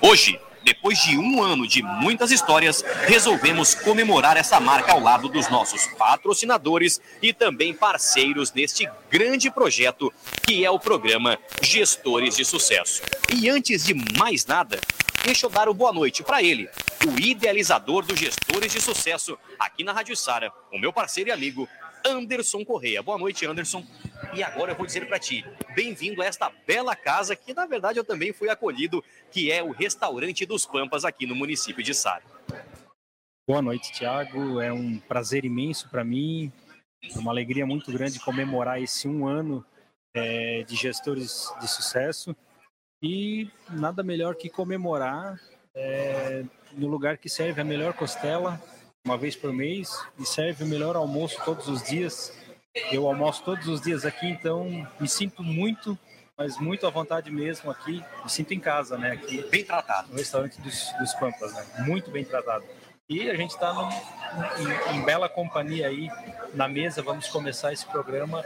Hoje, depois de um ano de muitas histórias, resolvemos comemorar essa marca ao lado dos nossos patrocinadores e também parceiros neste grande projeto que é o programa Gestores de Sucesso. E antes de mais nada, deixa eu dar o boa noite para ele, o idealizador do Gestores de Sucesso aqui na Rádio Içara, o meu parceiro e amigo Anderson Correia. Boa noite, Anderson. E agora eu vou dizer para ti, bem-vindo a esta bela casa que, na verdade, eu também fui acolhido, que é o Restaurante dos Pampas aqui no município de Içara. Boa noite, Thiago. É um prazer imenso para mim, uma alegria muito grande comemorar esse um ano de Gestores de Sucesso. E nada melhor que comemorar no lugar que serve a melhor costela, uma vez por mês, e serve o melhor almoço todos os dias. Eu almoço todos os dias aqui, então me sinto muito, mas muito à vontade mesmo aqui. Me sinto em casa, né? Aqui, bem tratado. No Restaurante dos Pampas, né? Muito bem tratado. E a gente está em bela companhia aí na mesa. Vamos começar esse programa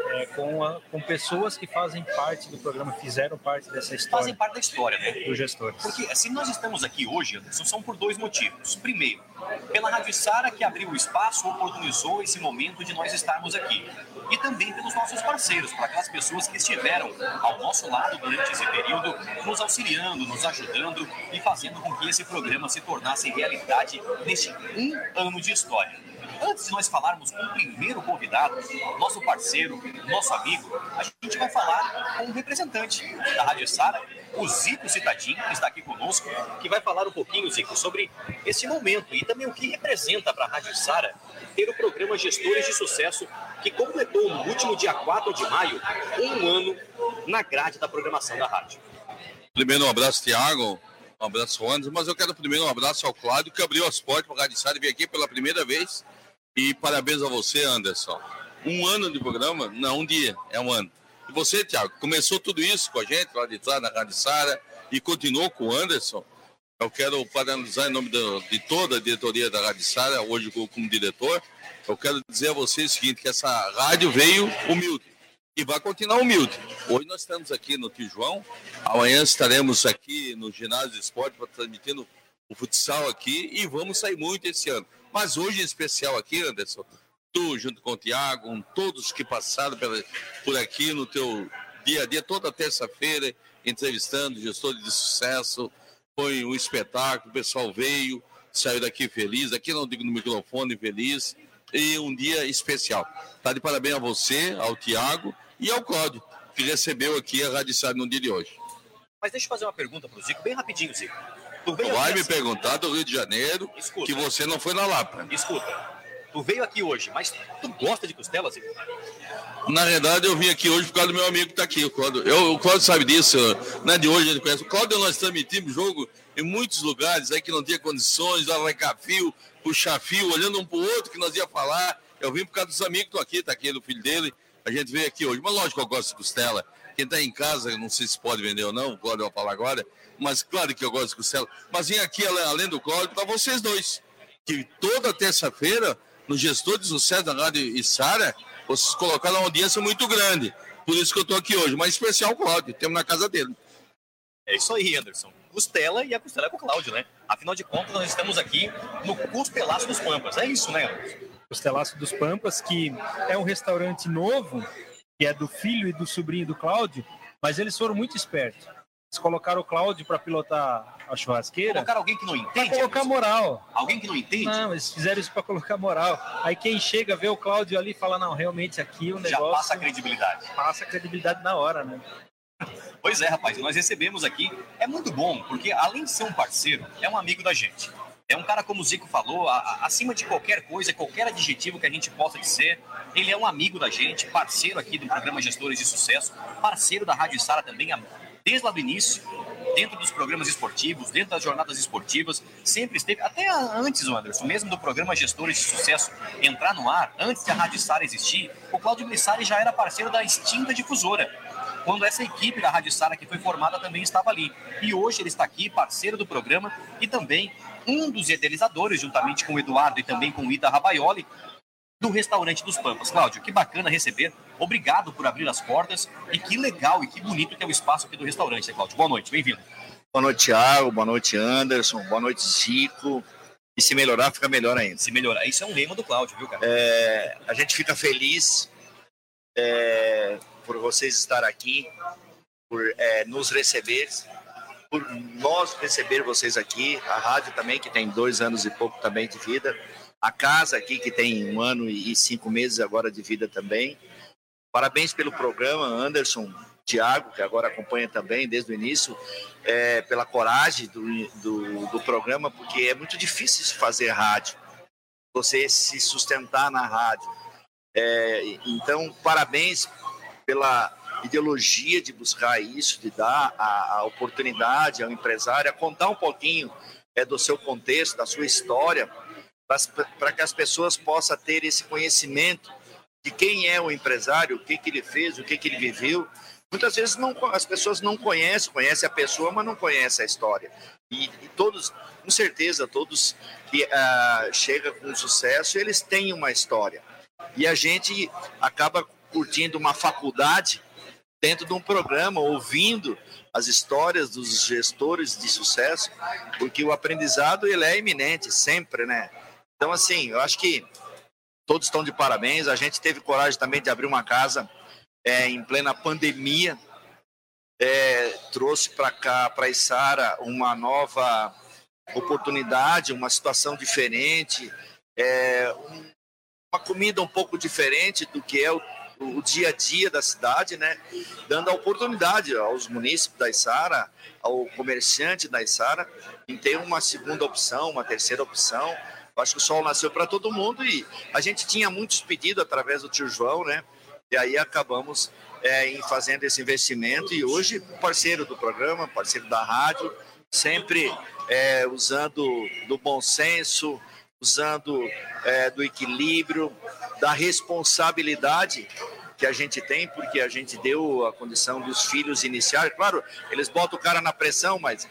com pessoas que fazem parte do programa, fizeram parte dessa história. Fazem parte da história, né? Dos gestores. Porque se nós estamos aqui hoje, Anderson, são por dois motivos. Primeiro, pela Rádio Içara, que abriu o espaço, oportunizou esse momento de nós estarmos aqui. E também pelos nossos parceiros, por aquelas pessoas que estiveram ao nosso lado durante esse período, nos auxiliando, nos ajudando e fazendo com que esse programa se tornasse realidade neste um ano de história. Antes de nós falarmos com o primeiro convidado, nosso parceiro, nosso amigo, a gente vai falar com um representante da Rádio Içara, o Zico Citadinho, que está aqui conosco, que vai falar um pouquinho, Zico, sobre esse momento e também o que representa para a Rádio Içara ter o programa Gestores de Sucesso, que completou no último dia 4 de maio, um ano na grade da programação da rádio. Primeiro, um abraço, Thiago. Um abraço, Anderson. Mas eu quero primeiro um abraço ao Cláudio, que abriu as portas para a Rádio Içara e veio aqui pela primeira vez. E parabéns a você, Anderson. Um ano de programa, não um dia, é um ano. E você, Thiago, começou tudo isso com a gente lá de trás na Rádio Içara e continuou com o Anderson. Eu quero parabenizar em nome de toda a diretoria da Rádio Içara, hoje como diretor. Eu quero dizer a vocês o seguinte, que essa rádio veio humilde e vai continuar humilde. Hoje nós estamos aqui no Tio João, amanhã estaremos aqui no Ginásio de Esporte para transmitindo o futsal aqui e vamos sair muito esse ano. Mas hoje em especial aqui, Anderson, tu junto com o Thiago, todos que passaram por aqui no teu dia a dia, toda terça-feira, entrevistando gestores de sucesso, foi um espetáculo, o pessoal veio, saiu daqui feliz, aqui não digo no microfone, feliz, e um dia especial. Tá de parabéns a você, ao Thiago e ao Cláudio, que recebeu aqui a Rádio Içara no dia de hoje. Mas deixa eu fazer uma pergunta para o Zico, bem rapidinho, Zico. Tu vai me perguntar do Rio de Janeiro, que você não foi na Lapa. Escuta, tu veio aqui hoje, mas tu gosta de costela, Zico? Na verdade, eu vim aqui hoje por causa do meu amigo que está aqui, o Cláudio. O Cláudio sabe disso, não é de hoje, ele conhece. O Cláudio, nós transmitimos jogo em muitos lugares, aí que não tinha condições, arrancar fio, puxar fio, olhando um para o outro, que nós ia falar. Eu vim por causa dos amigos que estão aqui, está aqui o filho dele, a gente veio aqui hoje. Mas lógico que eu gosto de costela. Quem está em casa, não sei se pode vender ou não, o Cláudio vai falar agora, mas claro que eu gosto de costela. Mas vim aqui, além do Cláudio, para vocês dois, que toda terça-feira, no Gestor de Sucesso da Rádio Içara, vocês colocaram uma audiência muito grande. Por isso que eu estou aqui hoje. Mas especial o Cláudio, temos na casa dele. É isso aí, Anderson. Costela e a costela é com o Cláudio, né? Afinal de contas, nós estamos aqui no Costelaço dos Pampas. É isso, né, Anderson? Costelaço dos Pampas, que é um restaurante novo, que é do filho e do sobrinho do Cláudio, mas eles foram muito espertos. Eles colocaram o Cláudio para pilotar a churrasqueira. Colocaram alguém que não entende? Para colocar moral. Alguém que não entende? Não, eles fizeram isso para colocar moral. Aí quem chega, vê o Cláudio ali e fala, não, realmente aqui o negócio... Já passa a credibilidade. Passa a credibilidade na hora, né? Pois é, rapaz, nós recebemos aqui. É muito bom, porque além de ser um parceiro, é um amigo da gente. É um cara, como o Zico falou, acima de qualquer coisa, qualquer adjetivo que a gente possa dizer, ele é um amigo da gente, parceiro aqui do programa Gestores de Sucesso, parceiro da Rádio Içara também, desde lá do início, dentro dos programas esportivos, dentro das jornadas esportivas, sempre esteve, até antes, Anderson, mesmo do programa Gestores de Sucesso entrar no ar, antes de a Rádio Içara existir, o Cláudio Glissari já era parceiro da extinta difusora, quando essa equipe da Rádio Içara que foi formada também estava ali. E hoje ele está aqui, parceiro do programa, e também um dos idealizadores, juntamente com o Eduardo e também com o Ida Rabaioli, do Restaurante dos Pampas. Cláudio, que bacana receber. Obrigado por abrir as portas e que legal e que bonito que é o espaço aqui do restaurante, né, Cláudio? Boa noite, bem-vindo. Boa noite, Thiago. Boa noite, Anderson. Boa noite, Zico. E se melhorar, fica melhor ainda. Se melhorar. Isso é um lema do Cláudio, viu, cara? A gente fica feliz por vocês estar aqui, por nos receber, por nós receber vocês aqui. A rádio também, que tem 2 anos e pouco também de vida. A casa aqui, que tem 1 ano e 5 meses agora de vida também. Parabéns pelo programa, Anderson, Thiago, que agora acompanha também desde o início, pela coragem do programa, porque é muito difícil fazer rádio, você se sustentar na rádio. Então, parabéns pela ideologia de buscar isso, de dar a oportunidade ao empresário a contar um pouquinho do seu contexto, da sua história, para que as pessoas possam ter esse conhecimento de quem é o empresário, o que ele fez, o que ele viveu. Muitas vezes as pessoas não conhecem a pessoa, mas não conhecem a história. E todos, com certeza, todos que chegam com sucesso, eles têm uma história. E a gente acaba curtindo uma faculdade dentro de um programa, ouvindo as histórias dos gestores de sucesso, porque o aprendizado ele é iminente, sempre, né? Então, assim, eu acho que todos estão de parabéns. A gente teve coragem também de abrir uma casa em plena pandemia. Trouxe para cá, para Içara, uma nova oportunidade, uma situação diferente, uma comida um pouco diferente do que é o dia a dia da cidade, né? Dando a oportunidade aos munícipes da Içara, ao comerciante da Içara, em ter uma segunda opção, uma terceira opção. Eu acho que o sol nasceu para todo mundo e a gente tinha muitos pedidos através do tio João, né? E aí acabamos fazendo esse investimento e hoje parceiro do programa, parceiro da rádio, sempre usando do bom senso, usando do equilíbrio, da responsabilidade que a gente tem, porque a gente deu a condição dos filhos iniciarem. Claro, eles botam o cara na pressão, mas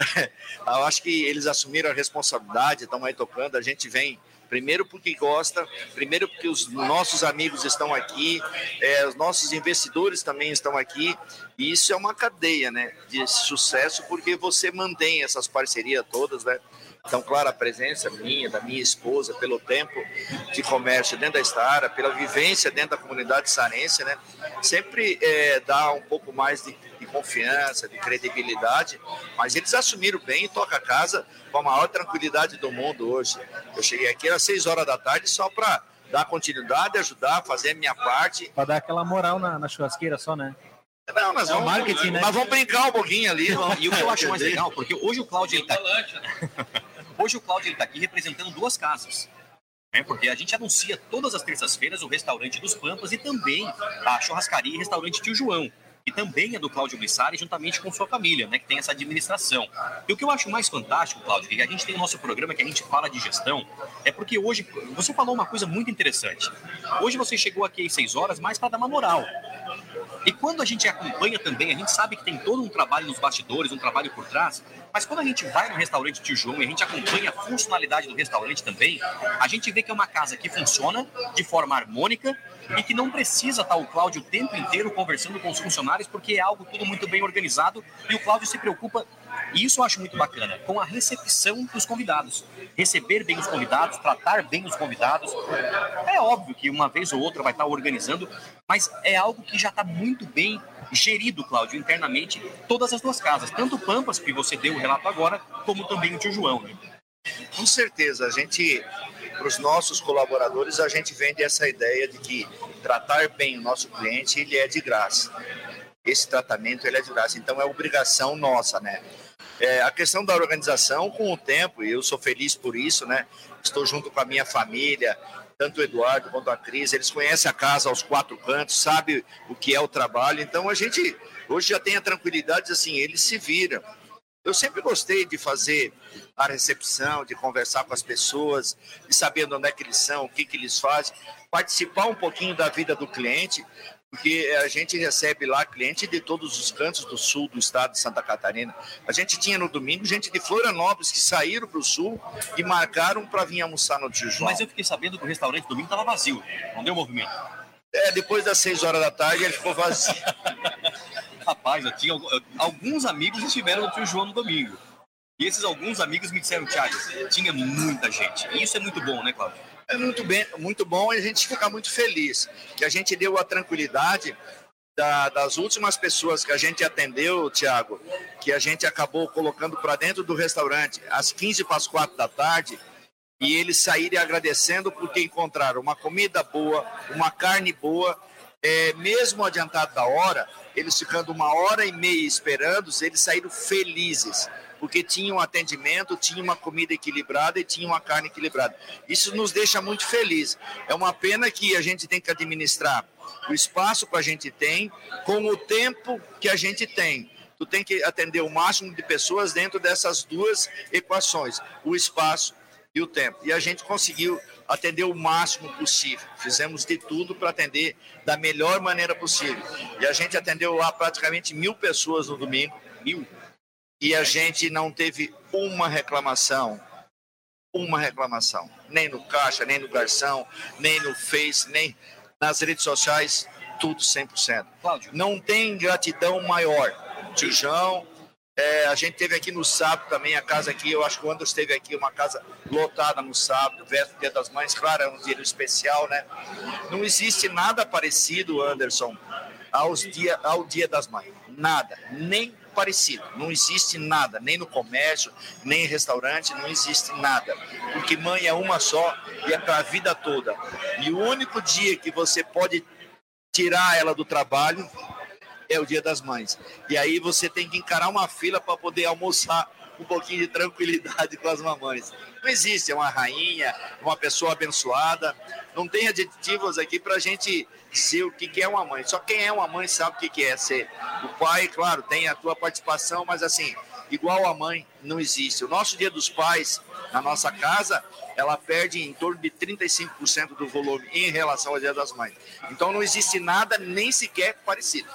eu acho que eles assumiram a responsabilidade, estão aí tocando, a gente vem primeiro porque gosta, primeiro porque os nossos amigos estão aqui, os nossos investidores também estão aqui, e isso é uma cadeia, né, de sucesso, porque você mantém essas parcerias todas, né? Então, claro, a presença minha, da minha esposa, pelo tempo de comércio dentro da Içara, pela vivência dentro da comunidade sarense, né? Sempre dá um pouco mais de confiança, de credibilidade, mas eles assumiram bem e tocam a casa com a maior tranquilidade do mundo hoje. Eu cheguei aqui às 6 horas da tarde só para dar continuidade, ajudar, fazer a minha parte. Para dar aquela moral na churrasqueira só, né? Não, nós vamos, marketing, né? Nós vamos brincar um pouquinho ali. E o que eu acho mais legal, porque hoje o Cláudio está aqui. Hoje o Cláudio está aqui representando 2 casas. Porque a gente anuncia todas as terças-feiras o restaurante dos Pampas e também a churrascaria e restaurante Tio João, que também é do Cláudio Glissari, juntamente com sua família, né, que tem essa administração. E o que eu acho mais fantástico, Cláudio, que a gente tem o nosso programa que a gente fala de gestão, é porque hoje você falou uma coisa muito interessante. Hoje você chegou aqui às 6 horas mais para dar uma moral. E quando a gente acompanha também, a gente sabe que tem todo um trabalho nos bastidores, um trabalho por trás, mas quando a gente vai no restaurante Tio João e a gente acompanha a funcionalidade do restaurante também, a gente vê que é uma casa que funciona de forma harmônica e que não precisa estar o Cláudio o tempo inteiro conversando com os funcionários, porque é algo tudo muito bem organizado e o Cláudio se preocupa, e isso eu acho muito bacana, com a recepção dos convidados. Receber bem os convidados, tratar bem os convidados. É óbvio que uma vez ou outra vai estar organizando, mas é algo que já está muito bem gerido, Cláudio, internamente, todas as 2 casas. Tanto o Pampas, que você deu o relato agora, como também o Tio João, né? Com certeza, a gente, para os nossos colaboradores, a gente vende essa ideia de que tratar bem o nosso cliente, ele é de graça. Esse tratamento, ele é de graça, então é obrigação nossa, né? A questão da organização, com o tempo, e eu sou feliz por isso, né? Estou junto com a minha família, tanto o Eduardo quanto a Cris, eles conhecem a casa aos 4 cantos, sabem o que é o trabalho, então a gente hoje já tem a tranquilidade, assim, eles se viram. Eu sempre gostei de fazer a recepção, de conversar com as pessoas, de saber onde é que eles são, o que eles fazem, participar um pouquinho da vida do cliente, porque a gente recebe lá cliente de todos os cantos do sul do estado de Santa Catarina. A gente tinha no domingo gente de Florianópolis que saíram para o sul e marcaram para vir almoçar no Tio João. Mas eu fiquei sabendo que o restaurante domingo estava vazio, não deu movimento. Depois das 6 horas da tarde ele ficou vazio. Rapaz, eu tinha alguns amigos estiveram no Tio João no domingo. E esses alguns amigos me disseram, Thiago, tinha muita gente. E isso é muito bom, né, Cláudio? É muito bom, e a gente fica muito feliz que a gente deu a tranquilidade das últimas pessoas que a gente atendeu, Thiago, que a gente acabou colocando para dentro do restaurante às 15:45 da tarde, e eles saírem agradecendo porque encontraram uma comida boa, uma carne boa, mesmo adiantado da hora, eles ficando 1h30 esperando, eles saíram felizes, porque tinha um atendimento, tinha uma comida equilibrada e tinha uma carne equilibrada. Isso nos deixa muito felizes. É uma pena que a gente tem que administrar o espaço que a gente tem com o tempo que a gente tem. Tu tem que atender o máximo de pessoas dentro dessas duas equações, o espaço e o tempo. E a gente conseguiu atender o máximo possível. Fizemos de tudo para atender da melhor maneira possível. E a gente atendeu lá praticamente 1.000 pessoas no domingo. 1.000. E a gente não teve uma reclamação. Nem no caixa, nem no garçom, nem no Face, nem nas redes sociais, tudo 100%. Cláudio. Não tem gratidão maior. Tijão, a gente teve aqui no sábado também, a casa aqui, eu acho que o Anderson esteve aqui, uma casa lotada no sábado, véspera do Dia das Mães, claro, é um dia especial, né? Não existe nada parecido, Anderson, ao Dia das Mães. Nada, nem parecido. Não existe nada, nem no comércio, nem em restaurante, não existe nada. Porque mãe é uma só e é para a vida toda. E o único dia que você pode tirar ela do trabalho é o Dia das Mães. E aí você tem que encarar uma fila para poder almoçar um pouquinho de tranquilidade com as mamães. Não existe, é uma rainha, uma pessoa abençoada. Não tem adjetivos aqui para a gente dizer o que é uma mãe. Só quem é uma mãe sabe o que é ser. O pai, claro, tem a tua participação, mas assim, igual a mãe, não existe. O nosso Dia dos Pais, na nossa casa, ela perde em torno de 35% do volume em relação ao Dia das Mães. Então não existe nada nem sequer parecido.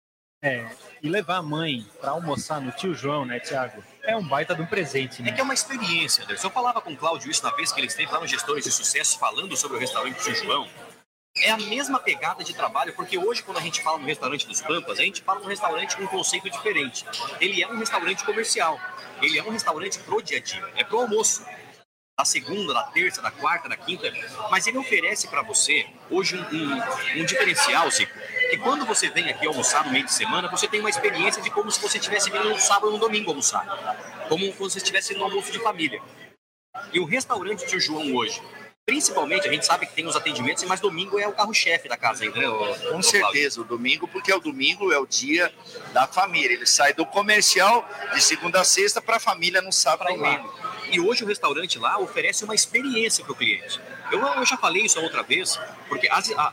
E levar a mãe para almoçar no Tio João, né, Thiago? É um baita de um presente, né? É que é uma experiência, Anderson. Eu falava com o Cláudio isso na vez que ele esteve lá no Gestores de Sucesso falando sobre o restaurante Tio João. É a mesma pegada de trabalho, porque hoje quando a gente fala no restaurante dos Pampas, a gente fala num restaurante com um conceito diferente. Ele é um restaurante comercial, ele é um restaurante pro dia a dia, é pro almoço. Da segunda, da terça, da quarta, da quinta, mas ele oferece para você hoje um diferencial, Zico, que quando você vem aqui almoçar no meio de semana, você tem uma experiência de como se você estivesse vindo no sábado ou no domingo almoçar, como se você estivesse no almoço de família. E o restaurante Tio João hoje, principalmente, a gente sabe que tem os atendimentos, mas domingo é o carro-chefe da casa ainda, né? Com certeza, o domingo, porque o domingo é o dia da família. Ele sai do comercial de segunda a sexta para a família no sábado e domingo. E hoje o restaurante lá oferece uma experiência para o cliente. Eu já falei isso outra vez, porque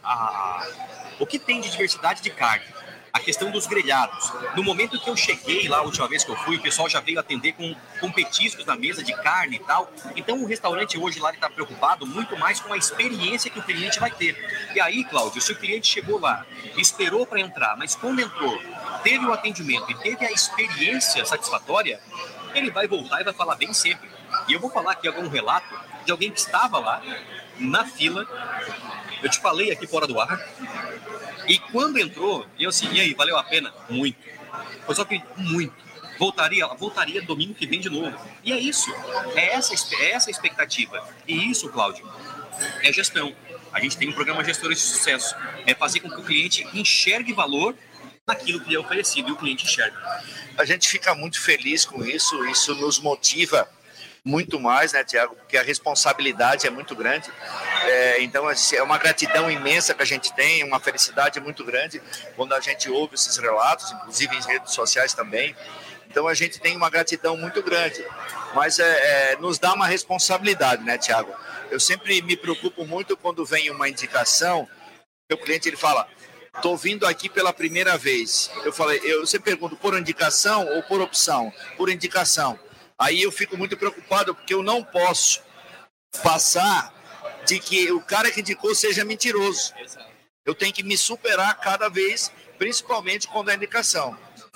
o que tem de diversidade de carne, a questão dos grelhados. No momento que eu cheguei lá, a última vez que eu fui, o pessoal já veio atender com petiscos na mesa de carne e tal. Então o restaurante hoje lá está preocupado muito mais com a experiência que o cliente vai ter. E aí, Cláudio, se o cliente chegou lá, esperou para entrar, mas quando entrou, teve o atendimento e teve a experiência satisfatória, ele vai voltar e vai falar bem sempre. E eu vou falar aqui algum relato de alguém que estava lá na fila. Eu te falei aqui fora do ar. E quando entrou, eu assim, e aí, valeu a pena? Muito. Foi só que muito. Voltaria domingo que vem de novo. E é isso. É essa a expectativa. E isso, Cláudio, é gestão. A gente tem um programa Gestores de Sucesso. É fazer com que o cliente enxergue valor naquilo que lhe é oferecido e o cliente enxerga. A gente fica muito feliz com isso. Isso nos motiva muito mais, né, Thiago? Porque a responsabilidade é muito grande. Então, é uma gratidão imensa que a gente tem, uma felicidade muito grande quando a gente ouve esses relatos, inclusive em redes sociais também. Então, a gente tem uma gratidão muito grande. Mas nos dá uma responsabilidade, né, Thiago? Eu sempre me preocupo muito quando vem uma indicação, o cliente ele fala, estou vindo aqui pela primeira vez. Eu sempre pergunto, por indicação ou por opção? Por indicação. Aí eu fico muito preocupado porque eu não posso passar de que o cara que indicou seja mentiroso. Eu tenho que me superar cada vez, principalmente quando é indicação.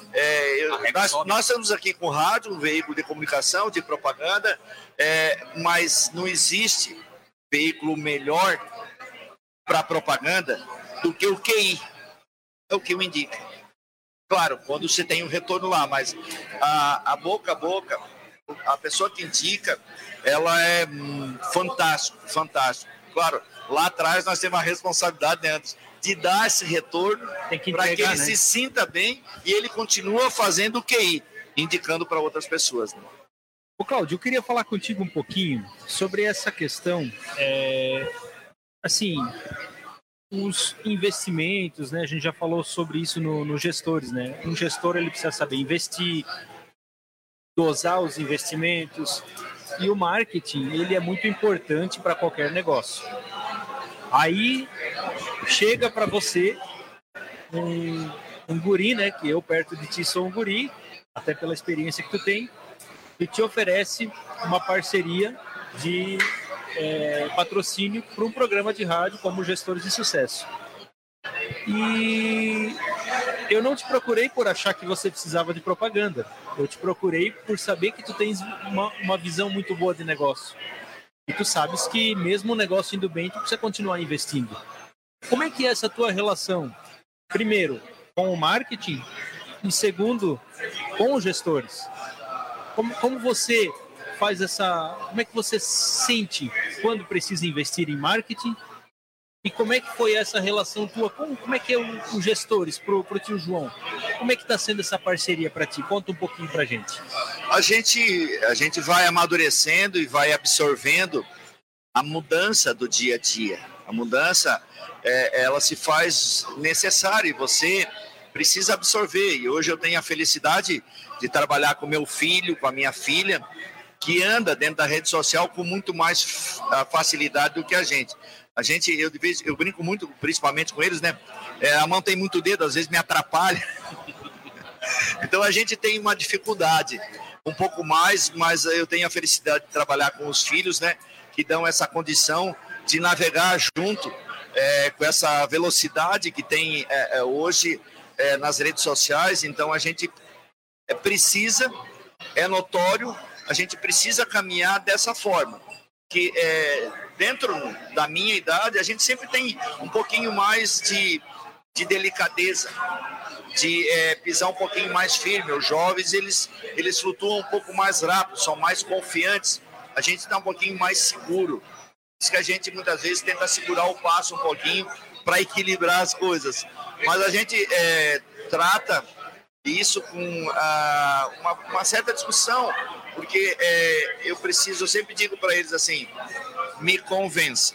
Nós estamos aqui com rádio, um veículo de comunicação, de propaganda, mas não existe veículo melhor para propaganda do que o QI. É o que eu indico. Claro, quando você tem um retorno lá, mas a boca a boca, a pessoa que indica, ela é fantástico. Claro, lá atrás nós temos a responsabilidade, né, de dar esse retorno para que ele se sinta bem e ele continua fazendo o QI, indicando para outras pessoas. Né? Ô, Cláudio, eu queria falar contigo um pouquinho sobre essa questão, assim, os investimentos, né? A gente já falou sobre isso nos gestores, né? Um gestor, ele precisa saber investir, dosar os investimentos, e o marketing, ele é muito importante para qualquer negócio. Aí chega para você um guri, né? Que eu perto de ti sou um guri, até pela experiência que tu tem, e te oferece uma parceria de patrocínio para um programa de rádio como Gestores de Sucesso. E eu não te procurei por achar que você precisava de propaganda. Eu te procurei por saber que tu tens uma visão muito boa de negócio. E tu sabes que mesmo o negócio indo bem, tu precisa continuar investindo. Como é que é essa tua relação? Primeiro, com o marketing e segundo, com os gestores. Como você faz como é que você sente quando precisa investir em marketing? E como é que foi essa relação tua? Como é que é os gestores pro tio João? Como é que está sendo essa parceria para ti? Conta um pouquinho para a gente. A gente vai amadurecendo e vai absorvendo a mudança do dia a dia. A mudança, ela se faz necessária e você precisa absorver. E hoje eu tenho a felicidade de trabalhar com meu filho, com a minha filha, que anda dentro da rede social com muito mais facilidade do que a gente. Eu brinco muito, principalmente com eles, né? A mão tem muito dedo, às vezes me atrapalha. Então a gente tem uma dificuldade um pouco mais, mas eu tenho a felicidade de trabalhar com os filhos, né? Que dão essa condição de navegar junto com essa velocidade que tem hoje nas redes sociais. Então a gente precisa, é notório, a gente precisa caminhar dessa forma. Que dentro da minha idade, a gente sempre tem um pouquinho mais de delicadeza, de pisar um pouquinho mais firme. Os jovens, eles flutuam um pouco mais rápido, são mais confiantes. A gente está um pouquinho mais seguro. Isso que a gente muitas vezes tenta segurar o passo um pouquinho para equilibrar as coisas. Mas a gente trata isso com uma certa discussão, porque eu sempre digo para eles assim, me convença.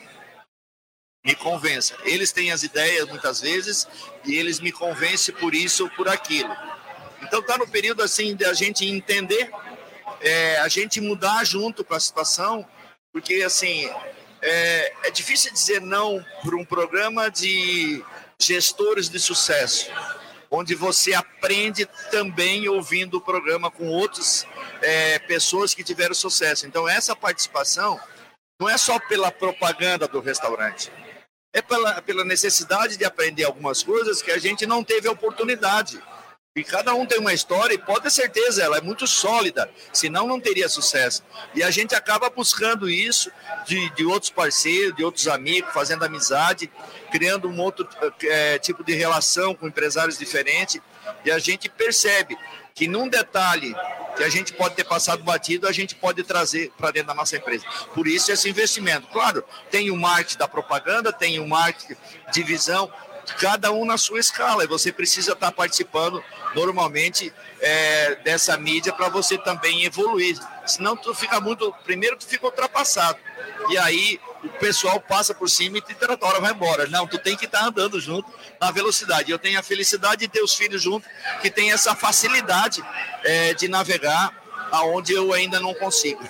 Eles têm as ideias muitas vezes e eles me convencem por isso ou por aquilo. Então está no período assim de a gente entender, a gente mudar junto com a situação, porque assim é difícil dizer não para um programa de gestores de sucesso, onde você aprende também ouvindo o programa com outras pessoas que tiveram sucesso. Então, essa participação não é só pela propaganda do restaurante, é pela necessidade de aprender algumas coisas que a gente não teve a oportunidade. E cada um tem uma história e pode ter certeza, ela é muito sólida, senão não teria sucesso. E a gente acaba buscando isso de outros parceiros, de outros amigos, fazendo amizade, criando um outro tipo de relação com empresários diferentes. E a gente percebe que num detalhe que a gente pode ter passado batido, a gente pode trazer para dentro da nossa empresa. Por isso esse investimento. Claro, tem o marketing da propaganda, tem o marketing de visão, cada um na sua escala, e você precisa estar participando normalmente dessa mídia para você também evoluir, senão tu fica ultrapassado, e aí o pessoal passa por cima e te tratora, vai embora. Não, tu tem que estar andando junto na velocidade. Eu tenho a felicidade de ter os filhos junto, que tem essa facilidade de navegar aonde eu ainda não consigo.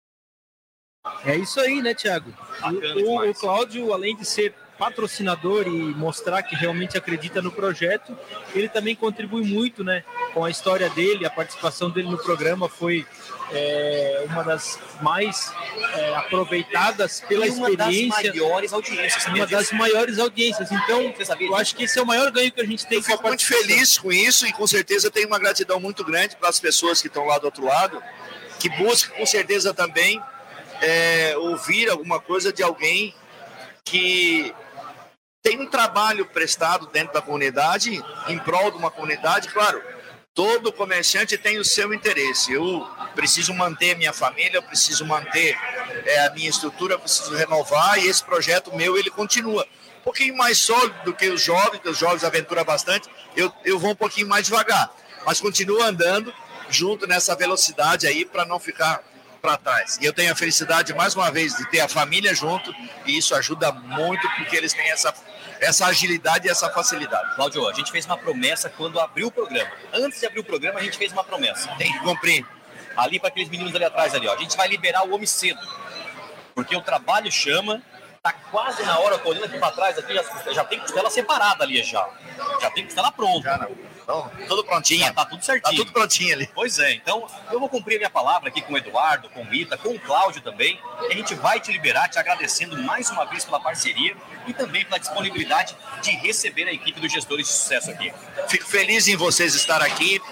É isso aí, né, Thiago? O Cláudio, além de ser patrocinador e mostrar que realmente acredita no projeto, ele também contribui muito, né, com a história dele. A participação dele no programa foi uma das mais aproveitadas pela experiência. Uma das maiores audiências. Então, eu acho que esse é o maior ganho que a gente tem. Eu fico muito feliz com isso e com certeza tenho uma gratidão muito grande para as pessoas que estão lá do outro lado, que buscam com certeza também ouvir alguma coisa de alguém que tem um trabalho prestado dentro da comunidade, em prol de uma comunidade, claro. Todo comerciante tem o seu interesse. Eu preciso manter minha família, eu preciso manter a minha estrutura, eu preciso renovar, e esse projeto meu, ele continua. Um pouquinho mais sólido do que os jovens aventuram bastante, eu vou um pouquinho mais devagar, mas continuo andando junto nessa velocidade aí para não ficar para trás. E eu tenho a felicidade, mais uma vez, de ter a família junto, e isso ajuda muito, porque eles têm essa agilidade e essa facilidade. Cláudio, a gente fez uma promessa quando abriu o programa. Antes de abrir o programa, a gente fez uma promessa. Tem que cumprir. Ali para aqueles meninos ali atrás, ali, ó. A gente vai liberar o homem cedo, porque o trabalho chama. Tá quase na hora, tô olhando aqui para trás, aqui já tem costela separada ali já. Já tem costela pronta. Já não. Então, tudo prontinho. Já tá tudo certinho. Tá tudo prontinho ali. Pois é, então eu vou cumprir a minha palavra aqui com o Eduardo, com o Ita, com o Cláudio também. E a gente vai te liberar, te agradecendo mais uma vez pela parceria e também pela disponibilidade de receber a equipe dos Gestores de Sucesso aqui. Fico feliz em vocês estar aqui.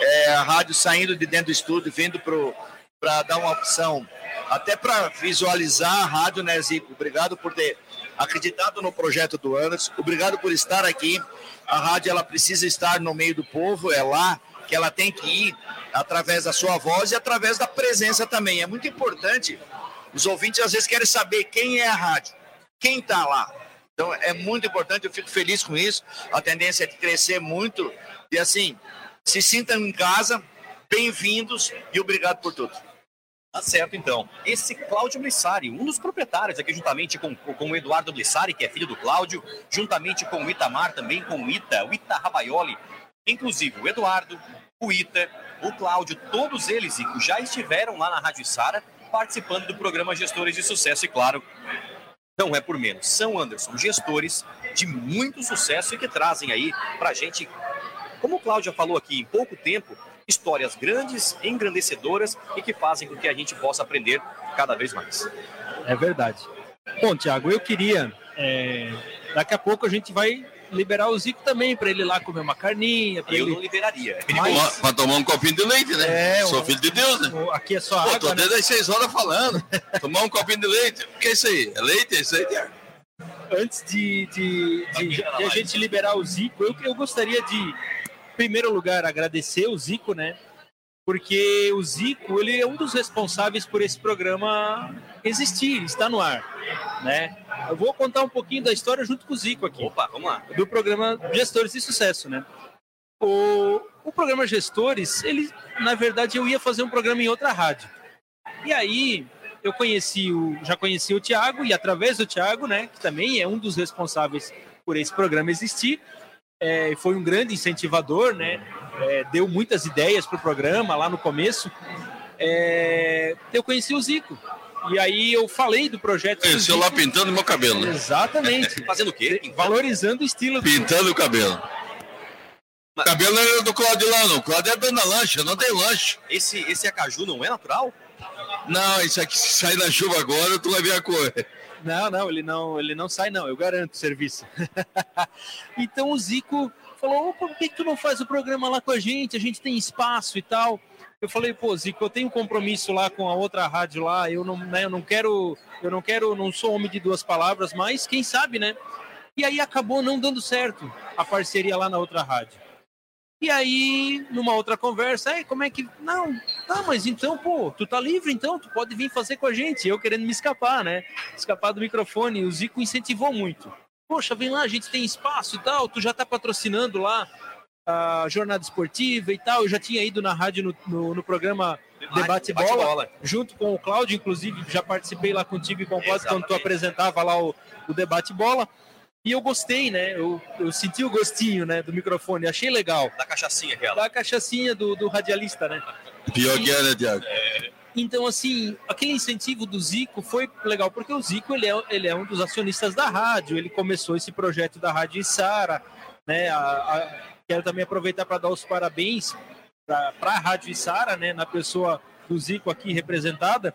A rádio saindo de dentro do estúdio, vindo para dar uma opção, até para visualizar a rádio, né, Zico? Obrigado por ter acreditado no projeto do Anderson. Obrigado por estar aqui. A rádio, ela precisa estar no meio do povo, é lá que ela tem que ir, através da sua voz e através da presença também. É muito importante. Os ouvintes às vezes querem saber quem é a rádio, quem está lá. Então é muito importante, eu fico feliz com isso. A tendência é de crescer muito. E assim, se sintam em casa, bem-vindos e obrigado por tudo. Tá certo, então. Esse Cláudio Blissari, um dos proprietários aqui, juntamente com o Eduardo Blissari, que é filho do Cláudio, juntamente com o Itamar, também com o Ita Rabaioli. Inclusive, o Eduardo, o Ita, o Cláudio, todos eles já estiveram lá na Rádio Içara, participando do programa Gestores de Sucesso. E claro, não é por menos, são, Anderson, gestores de muito sucesso e que trazem aí pra gente, como o Cláudio já falou aqui, em pouco tempo, histórias grandes, engrandecedoras e que fazem com que a gente possa aprender cada vez mais. É verdade. Bom, Thiago, eu queria... daqui a pouco a gente vai liberar o Zico também, para ele ir lá comer uma carninha. Eu não liberaria. Para tomar um copinho de leite, né? Sou filho de Deus, né? Aqui é só água, tô desde as 6 horas falando. Tomar um copinho de leite. O que é isso aí? É leite? É isso aí, Thiago? Antes de a gente liberar o Zico, eu gostaria de, em primeiro lugar, agradecer o Zico, né? Porque o Zico, ele é um dos responsáveis por esse programa existir, estar no ar, né? Eu vou contar um pouquinho da história junto com o Zico aqui. Opa, vamos lá. Do programa Gestores de Sucesso, né? O programa Gestores, ele, na verdade, eu ia fazer um programa em outra rádio. E aí, eu já conheci o Thiago, e através do Thiago, né, que também é um dos responsáveis por esse programa existir, foi um grande incentivador, né? Deu muitas ideias para o programa lá no começo. Eu conheci o Zico. E aí eu falei do projeto. Conheceu lá pintando meu cabelo, né? Exatamente. Fazendo o quê? Valorizando o estilo. Pintando o cabelo. O cabelo não era do Cláudio lá, não. O Cláudio é dona lancha, não tem lanche. Esse acaju não é natural? Não, isso aqui, se sair na chuva agora, tu vai ver a cor. Não, ele não sai, não. Eu garanto o serviço. Então o Zico falou, por que tu não faz o programa lá com a gente? A gente tem espaço e tal. Eu falei, pô, Zico, eu tenho um compromisso lá com a outra rádio lá, eu não sou homem de duas palavras, mas quem sabe, né? E aí acabou não dando certo a parceria lá na outra rádio. E aí, numa outra conversa, como é que... Não, mas então, pô, tu tá livre então, tu pode vir fazer com a gente. Eu querendo me escapar, né? Escapar do microfone. O Zico incentivou muito. Poxa, vem lá, a gente tem espaço e tal, tu já tá patrocinando lá a jornada esportiva e tal. Eu já tinha ido na rádio no programa Debate Bola, junto com o Cláudio, inclusive já participei lá contigo e com o Cláudio quando tu apresentava lá o Debate Bola. E eu gostei, né? Eu senti o gostinho, né, do microfone, achei legal. Da cachaçinha aquela. Da cachaçinha do radialista, né? Pior que é, né, Thiago? Então, assim, aquele incentivo do Zico foi legal, porque o Zico, ele é um dos acionistas da rádio, ele começou esse projeto da Rádio Içara, né? Quero também aproveitar para dar os parabéns para a Rádio Içara, né? Na pessoa do Zico aqui representada.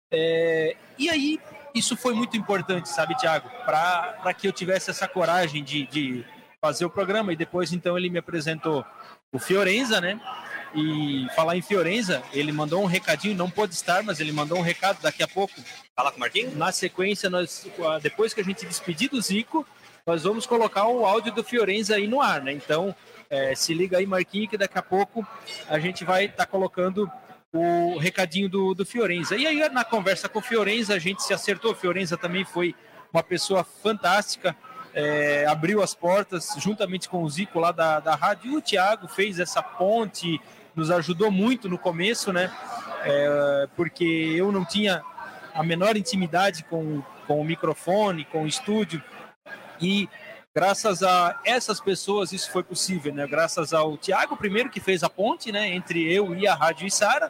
E aí, isso foi muito importante, sabe, Thiago? Para que eu tivesse essa coragem de fazer o programa. E depois, então, ele me apresentou o Fiorenza, né? E falar em Fiorenza, ele mandou um recadinho, não pôde estar, mas ele mandou um recado daqui a pouco. Fala com o Marquinhos? Na sequência, depois que a gente despedir do Zico, nós vamos colocar o áudio do Fiorenza aí no ar, né? Então, se liga aí, Marquinhos, que daqui a pouco a gente vai estar colocando o recadinho do Fiorenza. E aí, na conversa com o Fiorenza, a gente se acertou. O Fiorenza também foi uma pessoa fantástica, abriu as portas juntamente com o Zico lá da rádio, e o Thiago fez essa ponte, nos ajudou muito no começo, né? Porque eu não tinha a menor intimidade com o microfone, com o estúdio, e graças a essas pessoas isso foi possível, né? Graças ao Thiago, primeiro, que fez a ponte, né, entre eu e a Rádio Içara,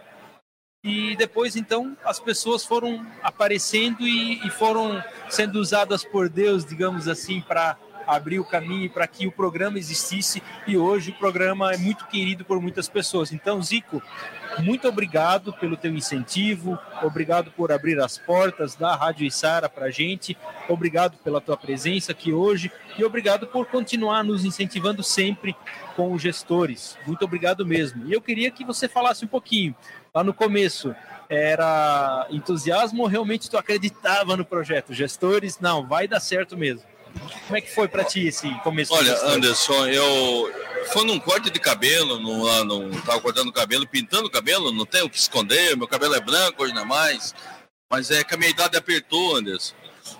e depois, então, as pessoas foram aparecendo e foram sendo usadas por Deus, digamos assim, para abrir o caminho para que o programa existisse, e hoje o programa é muito querido por muitas pessoas. Então, Zico, muito obrigado pelo teu incentivo, obrigado por abrir as portas da Rádio Içara para a gente, obrigado pela tua presença aqui hoje e obrigado por continuar nos incentivando sempre com os gestores. Muito obrigado mesmo. E eu queria que você falasse um pouquinho. Lá no começo, era entusiasmo ou realmente tu acreditava no projeto? Gestores, não, vai dar certo mesmo. Como é que foi para ti esse começo? Olha, Anderson, eu fui num corte de cabelo, estava cortando o cabelo, pintando o cabelo, não tenho o que esconder, meu cabelo é branco, hoje não é mais, mas é que a minha idade apertou, Anderson,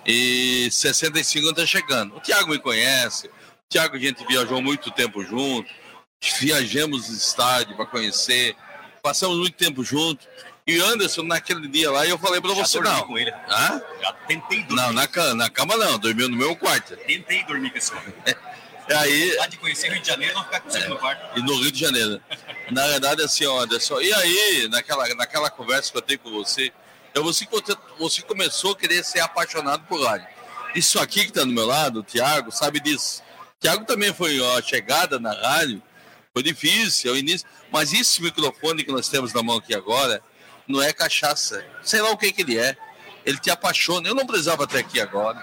e 65 está chegando. O Thiago me conhece, o Thiago a gente viajou muito tempo junto, viajamos no estádio para conhecer, passamos muito tempo junto. E Anderson, naquele dia lá, eu falei pra você, não. Com ele. Hã? Já tentei dormir. Não, na cama não, dormiu no meu quarto. Tentei dormir com esse homem. Aí, de conhecer o Rio de Janeiro e não ficar com você no quarto. E no Rio de Janeiro. Na verdade, assim, ó, Anderson, e aí, naquela conversa que eu tenho com você, você começou a querer ser apaixonado por rádio. Isso aqui que tá do meu lado, o Thiago, sabe disso. O Thiago também foi a chegada na rádio, foi difícil, é o início. Mas esse microfone que nós temos na mão aqui agora, não é cachaça, sei lá o que ele é, ele te apaixona. Eu não precisava até aqui agora,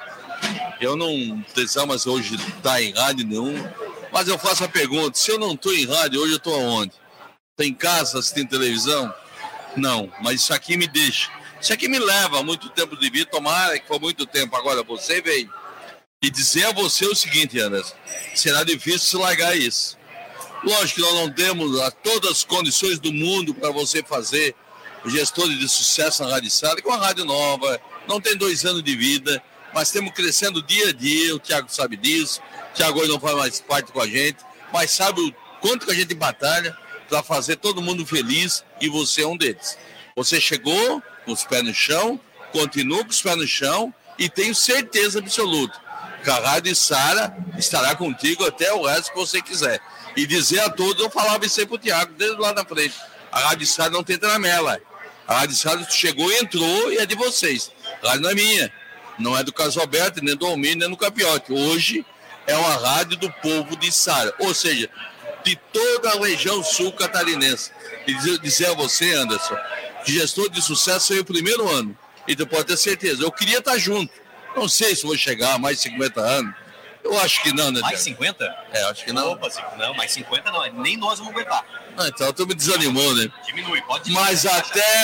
eu não precisava mais hoje estar em rádio nenhum, mas eu faço a pergunta, se eu não estou em rádio, hoje eu estou aonde? Estou em casa, assistindo televisão? Não, mas isso aqui me deixa, isso aqui me leva muito tempo de vida, tomara que foi muito tempo, agora você veio, e dizer a você o seguinte, Anderson, será difícil se largar isso. Lógico que nós não temos todas as condições do mundo para você fazer gestores de sucesso na Rádio Içara, com uma rádio nova, não tem 2 anos de vida, mas estamos crescendo dia a dia, o Thiago sabe disso, o Thiago hoje não faz mais parte com a gente, mas sabe o quanto que a gente batalha para fazer todo mundo feliz, e você é um deles. Você chegou com os pés no chão, continua com os pés no chão, e tenho certeza absoluta que a Rádio Içara estará contigo até o resto que você quiser. E dizer a todos, eu falava isso aí pro Thiago, desde lá na frente, a Rádio Içara não tem tramela. A Rádio Içara chegou e entrou e é de vocês. A rádio não é minha, não é do Carlos Alberto, nem do Almir, nem do Capiotti. Hoje é uma rádio do povo de Içara, ou seja, de toda a região sul catarinense. E dizer a você, Anderson, que gestor de sucesso foi o primeiro ano. E tu pode ter certeza, eu queria estar junto. Não sei se vou chegar a mais de 50 anos. Eu acho que não, né? Mais 50? Acho que não. Opa, não, mais 50 não, nem nós vamos aguentar. Então tu me desanimou, né? Diminui, pode diminuir. Mas até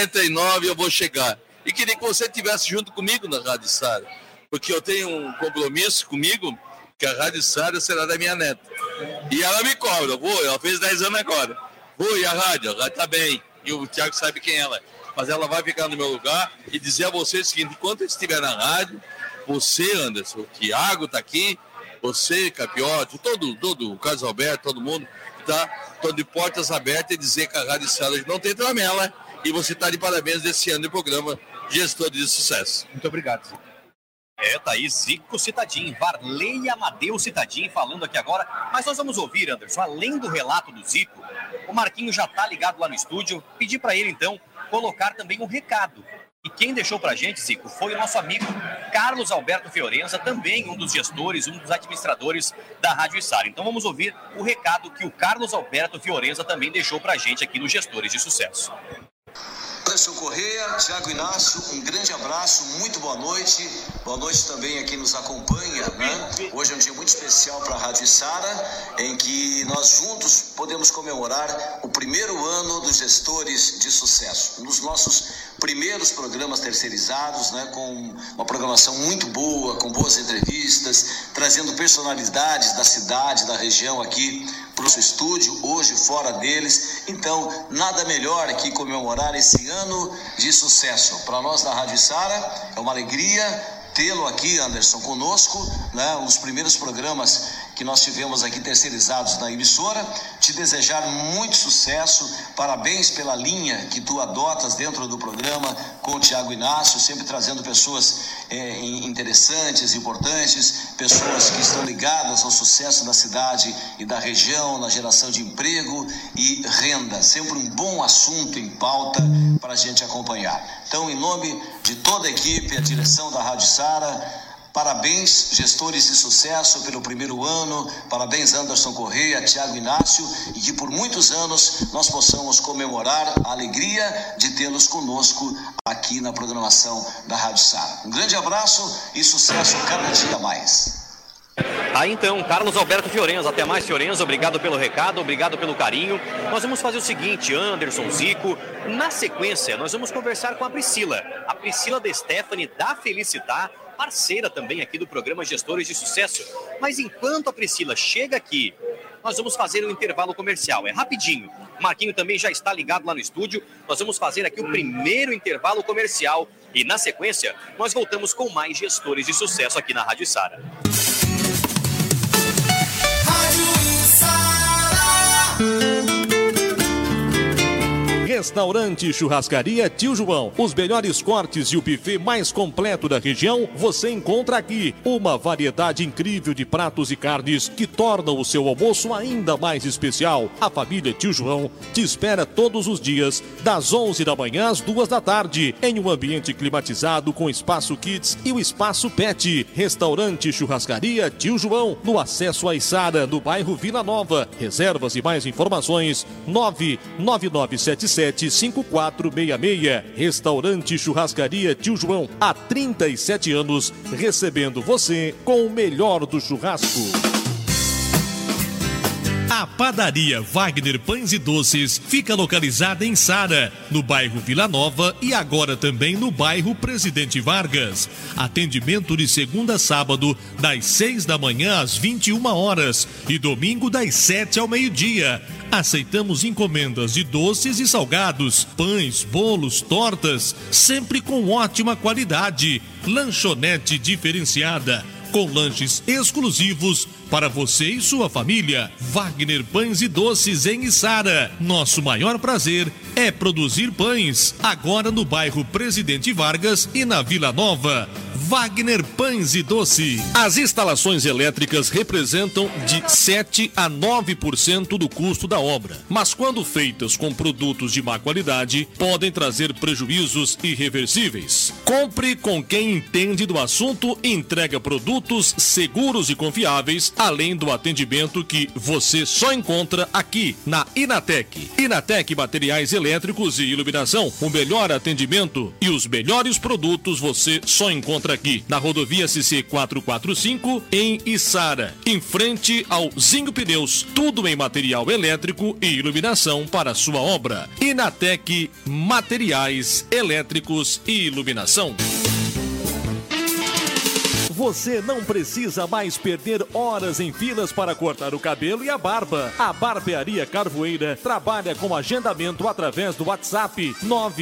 99 eu vou chegar. E queria que você estivesse junto comigo na Rádio Içara, porque eu tenho um compromisso comigo que a Rádio Içara será da minha neta. E ela me cobra, ela fez 10 anos agora. E a rádio tá bem. E o Thiago sabe quem ela é. Mas ela vai ficar no meu lugar e dizer a você o seguinte, enquanto eu estiver na rádio, você, Anderson, o Thiago tá aqui, você, Capiotti, todo o Carlos Alberto, todo mundo, tá? Tô de portas abertas e dizer que a Rádio Içara não tem tramela, e você tá de parabéns desse ano de programa Gestores de Sucesso. Muito obrigado, Zico. Tá aí Zico Citadini, Varley Amadeu Citadini falando aqui agora, mas nós vamos ouvir, Anderson, além do relato do Zico, o Marquinho já tá ligado lá no estúdio, pedir para ele então colocar também um recado. E quem deixou pra gente, Zico, foi o nosso amigo Carlos Alberto Fiorenza, também um dos gestores, um dos administradores da Rádio Içara. Então vamos ouvir o recado que o Carlos Alberto Fiorenza também deixou pra gente aqui nos Gestores de Sucesso. Anderson Correia, Thiago Inácio, um grande abraço, muito boa noite também a quem nos acompanha, né? Hoje é um dia muito especial para a Rádio Içara, em que nós juntos podemos comemorar o primeiro ano dos Gestores de Sucesso. Nos nossos primeiros programas terceirizados, né, com uma programação muito boa, com boas entrevistas, trazendo personalidades da cidade, da região aqui para o nosso estúdio, hoje fora deles. Então, nada melhor que comemorar esse ano de sucesso. Para nós da Rádio Içara, é uma alegria tê-lo aqui, Anderson, conosco, né? Os primeiros programas que nós tivemos aqui terceirizados na emissora. Te desejar muito sucesso, parabéns pela linha que tu adotas dentro do programa com o Thiago Inácio, sempre trazendo pessoas interessantes, importantes, pessoas que estão ligadas ao sucesso da cidade e da região, na geração de emprego e renda. Sempre um bom assunto em pauta para a gente acompanhar. Então, em nome de toda a equipe, a direção da Rádio Içara, parabéns, gestores de sucesso, pelo primeiro ano. Parabéns, Anderson Correia, Thiago Inácio, e que por muitos anos nós possamos comemorar a alegria de tê-los conosco aqui na programação da Rádio Içara. Um grande abraço e sucesso cada dia mais. Aí então, Carlos Alberto Fiorenzo. Até mais, Fiorenzo. Obrigado pelo recado, obrigado pelo carinho. Nós vamos fazer o seguinte, Anderson, Zico. Na sequência, nós vamos conversar com a Priscila De Stefani, da Felicitar, parceira também aqui do programa Gestores de Sucesso. Mas enquanto a Priscila chega aqui, nós vamos fazer um intervalo comercial. É rapidinho. O Marquinho também já está ligado lá no estúdio. Nós vamos fazer aqui o primeiro intervalo comercial. E na sequência, nós voltamos com mais Gestores de Sucesso aqui na Rádio Içara. Restaurante Churrascaria Tio João. Os melhores cortes e o buffet mais completo da região você encontra aqui. Uma variedade incrível de pratos e carnes que tornam o seu almoço ainda mais especial. A família Tio João te espera todos os dias, das 11 da manhã às 2 da tarde, em um ambiente climatizado com espaço kids e o espaço pet. Restaurante Churrascaria Tio João, no acesso à Içara, no bairro Vila Nova. Reservas e mais informações 999775466. Restaurante Churrascaria Tio João, há 37 anos, recebendo você com o melhor do churrasco. A padaria Wagner Pães e Doces fica localizada em Içara, no bairro Vila Nova e agora também no bairro Presidente Vargas. Atendimento de segunda a sábado, das 6 da manhã às 21 horas e domingo das 7 ao meio-dia. Aceitamos encomendas de doces e salgados, pães, bolos, tortas, sempre com ótima qualidade. Lanchonete diferenciada, com lanches exclusivos para você e sua família. Wagner Pães e Doces em Içara. Nosso maior prazer é produzir pães. Agora no bairro Presidente Vargas e na Vila Nova. Wagner Pães e Doce. As instalações elétricas representam de 7 a 9% do custo da obra, mas quando feitas com produtos de má qualidade, podem trazer prejuízos irreversíveis. Compre com quem entende do assunto e entrega produtos seguros e confiáveis, além do atendimento que você só encontra aqui na Inatec. Inatec Materiais Elétricos e Iluminação. O melhor atendimento e os melhores produtos você só encontra aqui na rodovia CC 445 em Içara, em frente ao Zinho Pneus. Tudo em material elétrico e iluminação para sua obra. Inatec Materiais Elétricos e Iluminação. Você não precisa mais perder horas em filas para cortar o cabelo e a barba. A Barbearia Carvoeira trabalha com agendamento através do WhatsApp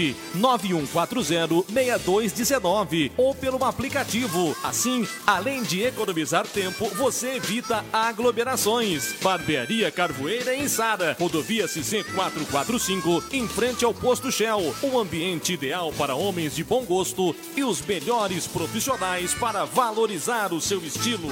991406219 ou pelo aplicativo. Assim, além de economizar tempo, você evita aglomerações. Barbearia Carvoeira em Içara, rodovia CC 445, em frente ao posto Shell. Um ambiente ideal para homens de bom gosto e os melhores profissionais para valorizar o seu estilo.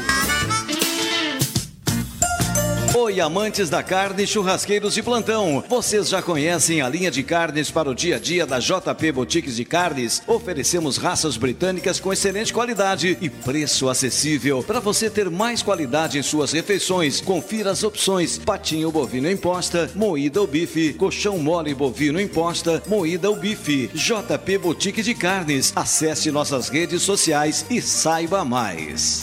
Oi, amantes da carne, churrasqueiros de plantão. Vocês já conhecem a linha de carnes para o dia a dia da JP Boutiques de Carnes. Oferecemos raças britânicas com excelente qualidade e preço acessível. Para você ter mais qualidade em suas refeições, confira as opções: patinho bovino em posta, moída ou bife, colchão mole bovino em posta, moída ou bife. JP Boutique de Carnes. Acesse nossas redes sociais e saiba mais.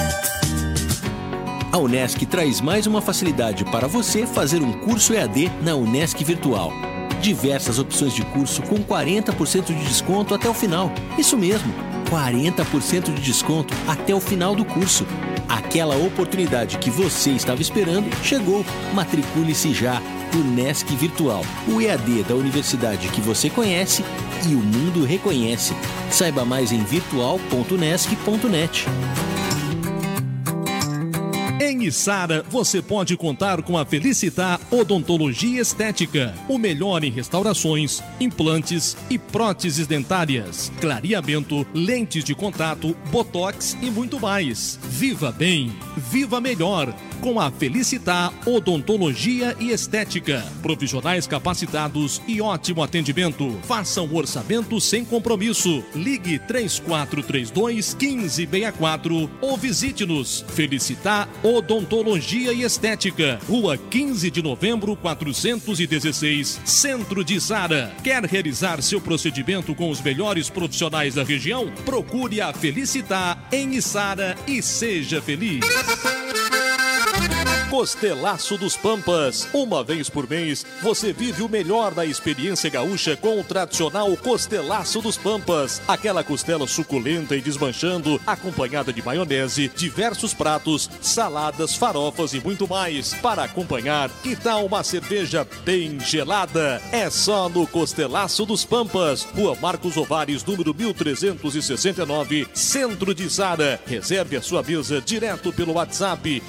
A Unesc traz mais uma facilidade para você fazer um curso EAD na Unesc Virtual. Diversas opções de curso com 40% de desconto até o final. Isso mesmo, 40% de desconto até o final do curso. Aquela oportunidade que você estava esperando chegou. Matricule-se já. Unesc Virtual, o EAD da universidade que você conhece e o mundo reconhece. Saiba mais em virtual.unesc.net. Em Içara, você pode contar com a Felicitar Odontologia Estética, o melhor em restaurações, implantes e próteses dentárias, clareamento, lentes de contato, botox e muito mais. Viva bem, viva melhor com a Felicitar Odontologia e Estética. Profissionais capacitados e ótimo atendimento. Faça um orçamento sem compromisso. Ligue 3432-1564 ou visite-nos. Felicitar Odontologia e Estética. Rua 15 de Novembro, 416, Centro de Içara. Quer realizar seu procedimento com os melhores profissionais da região? Procure a Felicitar em Içara e seja feliz. Costelaço dos Pampas. Uma vez por mês, você vive o melhor da experiência gaúcha com o tradicional Costelaço dos Pampas. Aquela costela suculenta e desmanchando, acompanhada de maionese, diversos pratos, saladas, farofas e muito mais. Para acompanhar, que tal uma cerveja bem gelada? É só no Costelaço dos Pampas. Rua Marcos Ovares, número 1369, Centro de Içara. Reserve a sua mesa direto pelo WhatsApp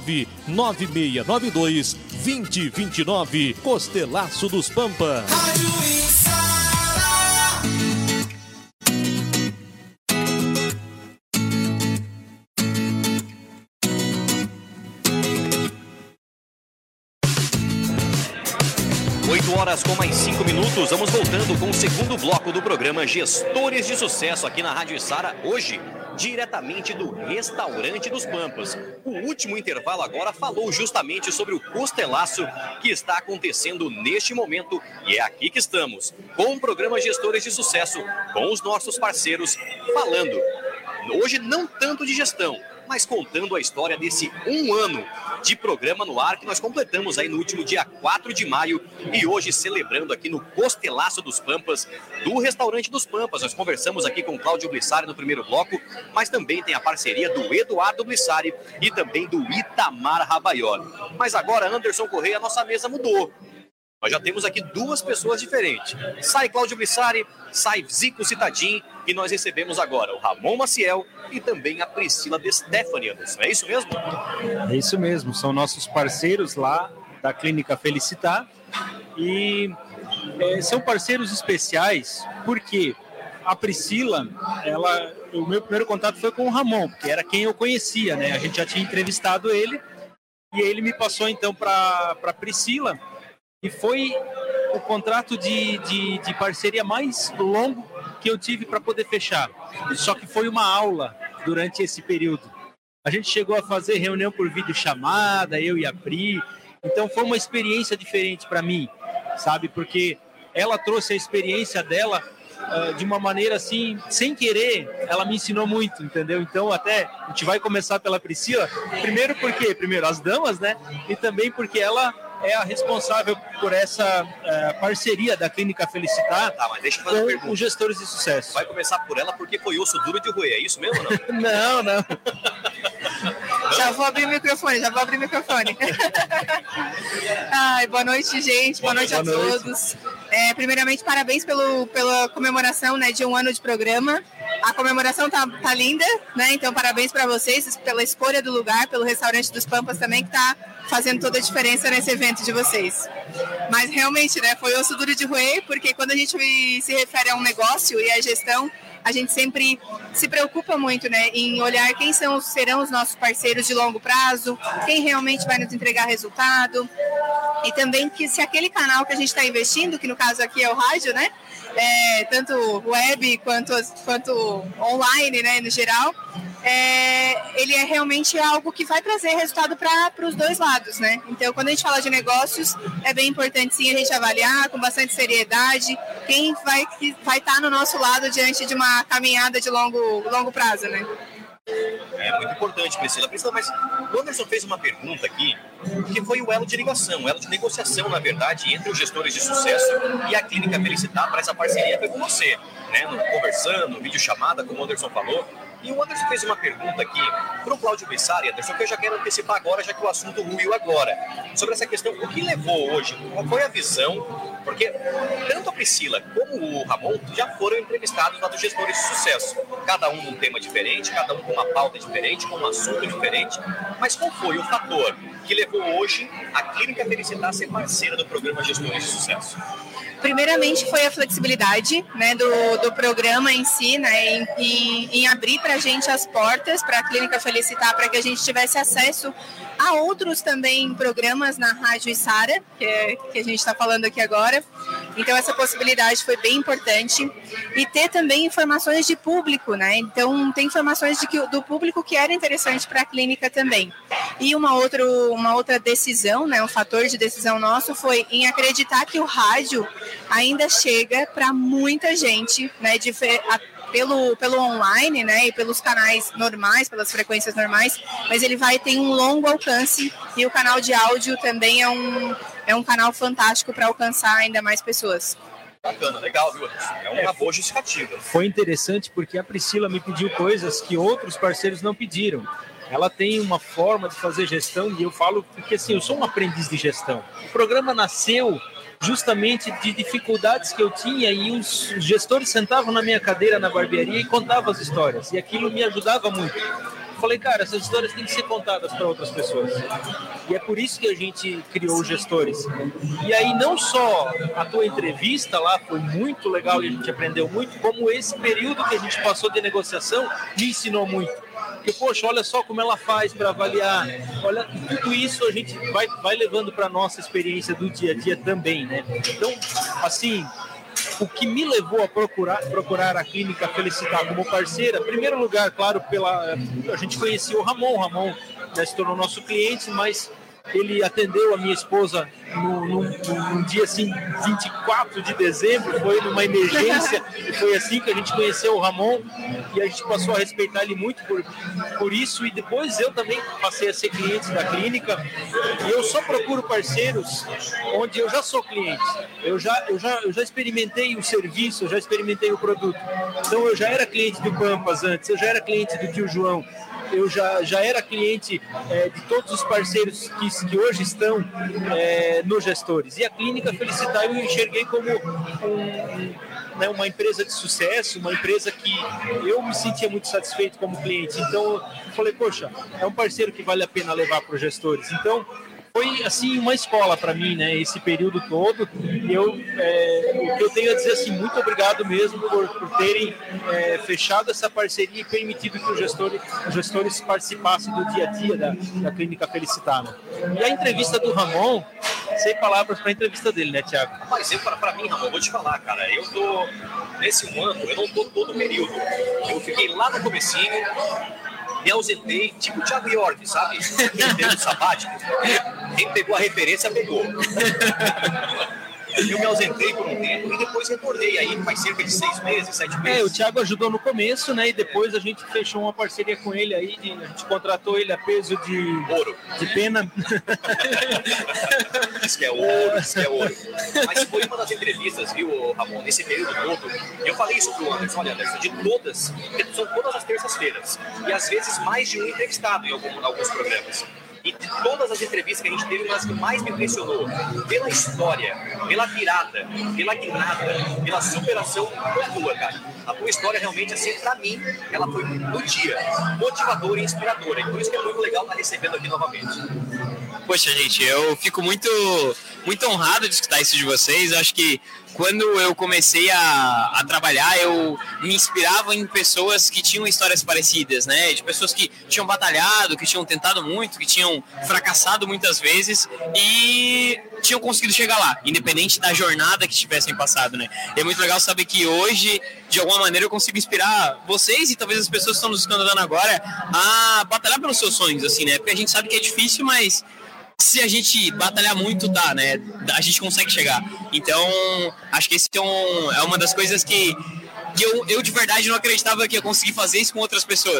99692-2029. Costelaço dos Pampas. Rádio Içara. 8 horas com mais 5 minutos. Vamos voltando com o segundo bloco do programa Gestores de Sucesso aqui na Rádio Içara. Hoje, diretamente do Restaurante dos Pampas. O último intervalo agora falou justamente sobre o costelaço que está acontecendo neste momento. E é aqui que estamos, com o programa Gestores de Sucesso, com os nossos parceiros, falando hoje não tanto de gestão, mas contando a história desse um ano de programa no ar que nós completamos aí no último dia 4 de maio e hoje celebrando aqui no Costelaço dos Pampas, do Restaurante dos Pampas. Nós conversamos aqui com o Cláudio Blissari no primeiro bloco, mas também tem a parceria do Eduardo Blissari e também do Itamar Rabaioli. Mas agora, Anderson Correia, a nossa mesa mudou. Nós já temos aqui duas pessoas diferentes. Sai Cláudio Blissari, sai Zico Citadin e nós recebemos agora o Ramon Maciel e também a Priscila De Stefani, Anderson. É isso mesmo? É isso mesmo, são nossos parceiros lá da Clínica Felicitar e são parceiros especiais porque a Priscila, o meu primeiro contato foi com o Ramon, que era quem eu conhecia, né? A gente já tinha entrevistado ele e ele me passou então para a Priscila. E foi o contrato de parceria mais longo que eu tive para poder fechar. Só que foi uma aula durante esse período. A gente chegou a fazer reunião por videochamada, eu e a Pri. Então foi uma experiência diferente para mim, sabe? Porque ela trouxe a experiência dela de uma maneira assim, sem querer, ela me ensinou muito, entendeu? Então até a gente vai começar pela Priscila. Primeiro as damas, né? E também porque ela é a responsável por essa parceria da Clínica Felicitar mas deixa eu fazer uma pergunta. Com Gestores de Sucesso. Vai começar por ela porque foi osso duro de roer, é isso mesmo ou não? Não. Já vou abrir o microfone. Ai, boa noite, gente. Boa noite a todos. Primeiramente, parabéns pela comemoração, né, de um ano de programa. A comemoração tá linda, né? Então, parabéns para vocês pela escolha do lugar, pelo Restaurante dos Pampas também, que tá fazendo toda a diferença nesse evento de vocês. Mas realmente, né, foi osso duro de roer, porque quando a gente se refere a um negócio e à gestão, a gente sempre se preocupa muito, né, em olhar quem serão os nossos parceiros de longo prazo, quem realmente vai nos entregar resultado, e também que se aquele canal que a gente está investindo, que no caso aqui é o rádio, né, tanto web quanto online, né, no geral, ele é realmente algo que vai trazer resultado para os dois lados, né? Então, quando a gente fala de negócios, é bem importante sim a gente avaliar com bastante seriedade quem vai estar no nosso lado diante de uma caminhada de longo prazo, né? É muito importante, Priscila. Mas o Anderson fez uma pergunta aqui que foi o elo de ligação, o elo de negociação, na verdade, entre os gestores de sucesso e a Clínica Felicitar para essa parceria foi com você, né? Conversando, videochamada, como o Anderson falou. E o Anderson fez uma pergunta aqui para o Cláudio Bissari, Anderson, que eu já quero antecipar agora, já que o assunto ruiu agora. Sobre essa questão, o que levou hoje, qual foi a visão? Porque tanto a Priscila como o Ramon já foram entrevistados lá dos gestores de sucesso. Cada um num tema diferente, cada um com uma pauta diferente, com um assunto diferente. Mas qual foi o fator que levou hoje a Clínica Felicitar a ser parceira do programa Gestores de Sucesso? Primeiramente foi a flexibilidade, né, do programa em si, né, em abrir para a gente as portas para a Clínica Felicitar, para que a gente tivesse acesso a outros também programas na Rádio Içara, que a gente está falando aqui agora. Então essa possibilidade foi bem importante. E ter também informações de público, né? Então tem informações do público que era interessante para a clínica também. E uma outra decisão, né, um fator de decisão nosso foi em acreditar que o rádio ainda chega para muita gente, né, pelo online, né, e pelos canais normais, pelas frequências normais, mas ele tem um longo alcance e o canal de áudio também é um canal fantástico para alcançar ainda mais pessoas. Bacana, legal, viu? É uma boa justificativa. Foi interessante porque a Priscila me pediu coisas que outros parceiros não pediram. Ela tem uma forma de fazer gestão e eu falo porque assim, eu sou um aprendiz de gestão. O programa nasceu justamente de dificuldades que eu tinha e os gestores sentavam na minha cadeira na barbearia e contavam as histórias e aquilo me ajudava muito. Eu falei, cara, essas histórias têm que ser contadas para outras pessoas. E é por isso que a gente criou os gestores. E aí não só a tua entrevista lá foi muito legal e a gente aprendeu muito, como esse período que a gente passou de negociação me ensinou muito. Porque, poxa, olha só como ela faz para avaliar. Olha, tudo isso a gente vai levando para a nossa experiência do dia a dia também, né? Então, assim, o que me levou a procurar a Clínica Felicitar como parceira, em primeiro lugar, claro, a gente conhecia o Ramon, né, se tornou nosso cliente, mas ele atendeu a minha esposa num dia assim, 24 de dezembro, foi numa emergência, e foi assim que a gente conheceu o Ramon, e a gente passou a respeitar ele muito por isso, e depois eu também passei a ser cliente da clínica, e eu só procuro parceiros onde eu já sou cliente, eu já experimentei o serviço, eu já experimentei o produto, então eu já era cliente do Pampas antes, eu já era cliente do Tio João, eu já era cliente de todos os parceiros que hoje estão nos gestores. E a Clínica Felicitar eu enxerguei como uma empresa de sucesso, uma empresa que eu me sentia muito satisfeito como cliente. Então eu falei, poxa, é um parceiro que vale a pena levar para os gestores. Então foi assim uma escola para mim, né? Esse período todo. E o que eu tenho a dizer assim, muito obrigado mesmo por terem fechado essa parceria e permitido que os gestores participassem do dia a dia da Clínica Felicitar. Né? E a entrevista do Ramon, sem palavras para a entrevista dele, né, Thiago? Rapaz, para mim, Ramon, vou te falar, cara, eu tô nesse ano, eu não tô todo o período. Eu fiquei lá no comecinho, me ausentei, tipo o Thiago York, sabe? Entendeu? Sabático. Quem pegou a referência, pegou. Eu me ausentei por um tempo e depois retornei aí faz cerca de 6 meses, 7 meses. O Thiago ajudou no começo, né? E depois a gente fechou uma parceria com ele aí, a gente contratou ele a peso de ouro, de pena. Isso que é ouro, isso que é ouro. Mas foi uma das entrevistas, viu, Ramon, nesse período todo, eu falei isso pro Anderson, olha, Anderson, são todas as terças-feiras, e às vezes mais de um entrevistado em alguns programas. E de todas as entrevistas que a gente teve, uma das que mais me impressionou, pela história, pela virada, pela guinada, pela superação, foi a tua, cara. A tua história realmente, assim, pra mim, ela foi no dia, motivadora e inspiradora. E por isso que é muito legal estar recebendo aqui novamente. Poxa, gente, eu fico muito honrado de escutar isso de vocês. Eu acho que quando eu comecei a trabalhar, eu me inspirava em pessoas que tinham histórias parecidas, né? De pessoas que tinham batalhado, que tinham tentado muito, que tinham fracassado muitas vezes e tinham conseguido chegar lá, independente da jornada que tivessem passado, né? E é muito legal saber que hoje, de alguma maneira, eu consigo inspirar vocês e talvez as pessoas que estão nos escutando agora a batalhar pelos seus sonhos, assim, né? Porque a gente sabe que é difícil, mas se a gente batalhar muito, dá, né? A gente consegue chegar. Então, acho que esse é uma das coisas que eu de verdade não acreditava que ia conseguir fazer isso com outras pessoas.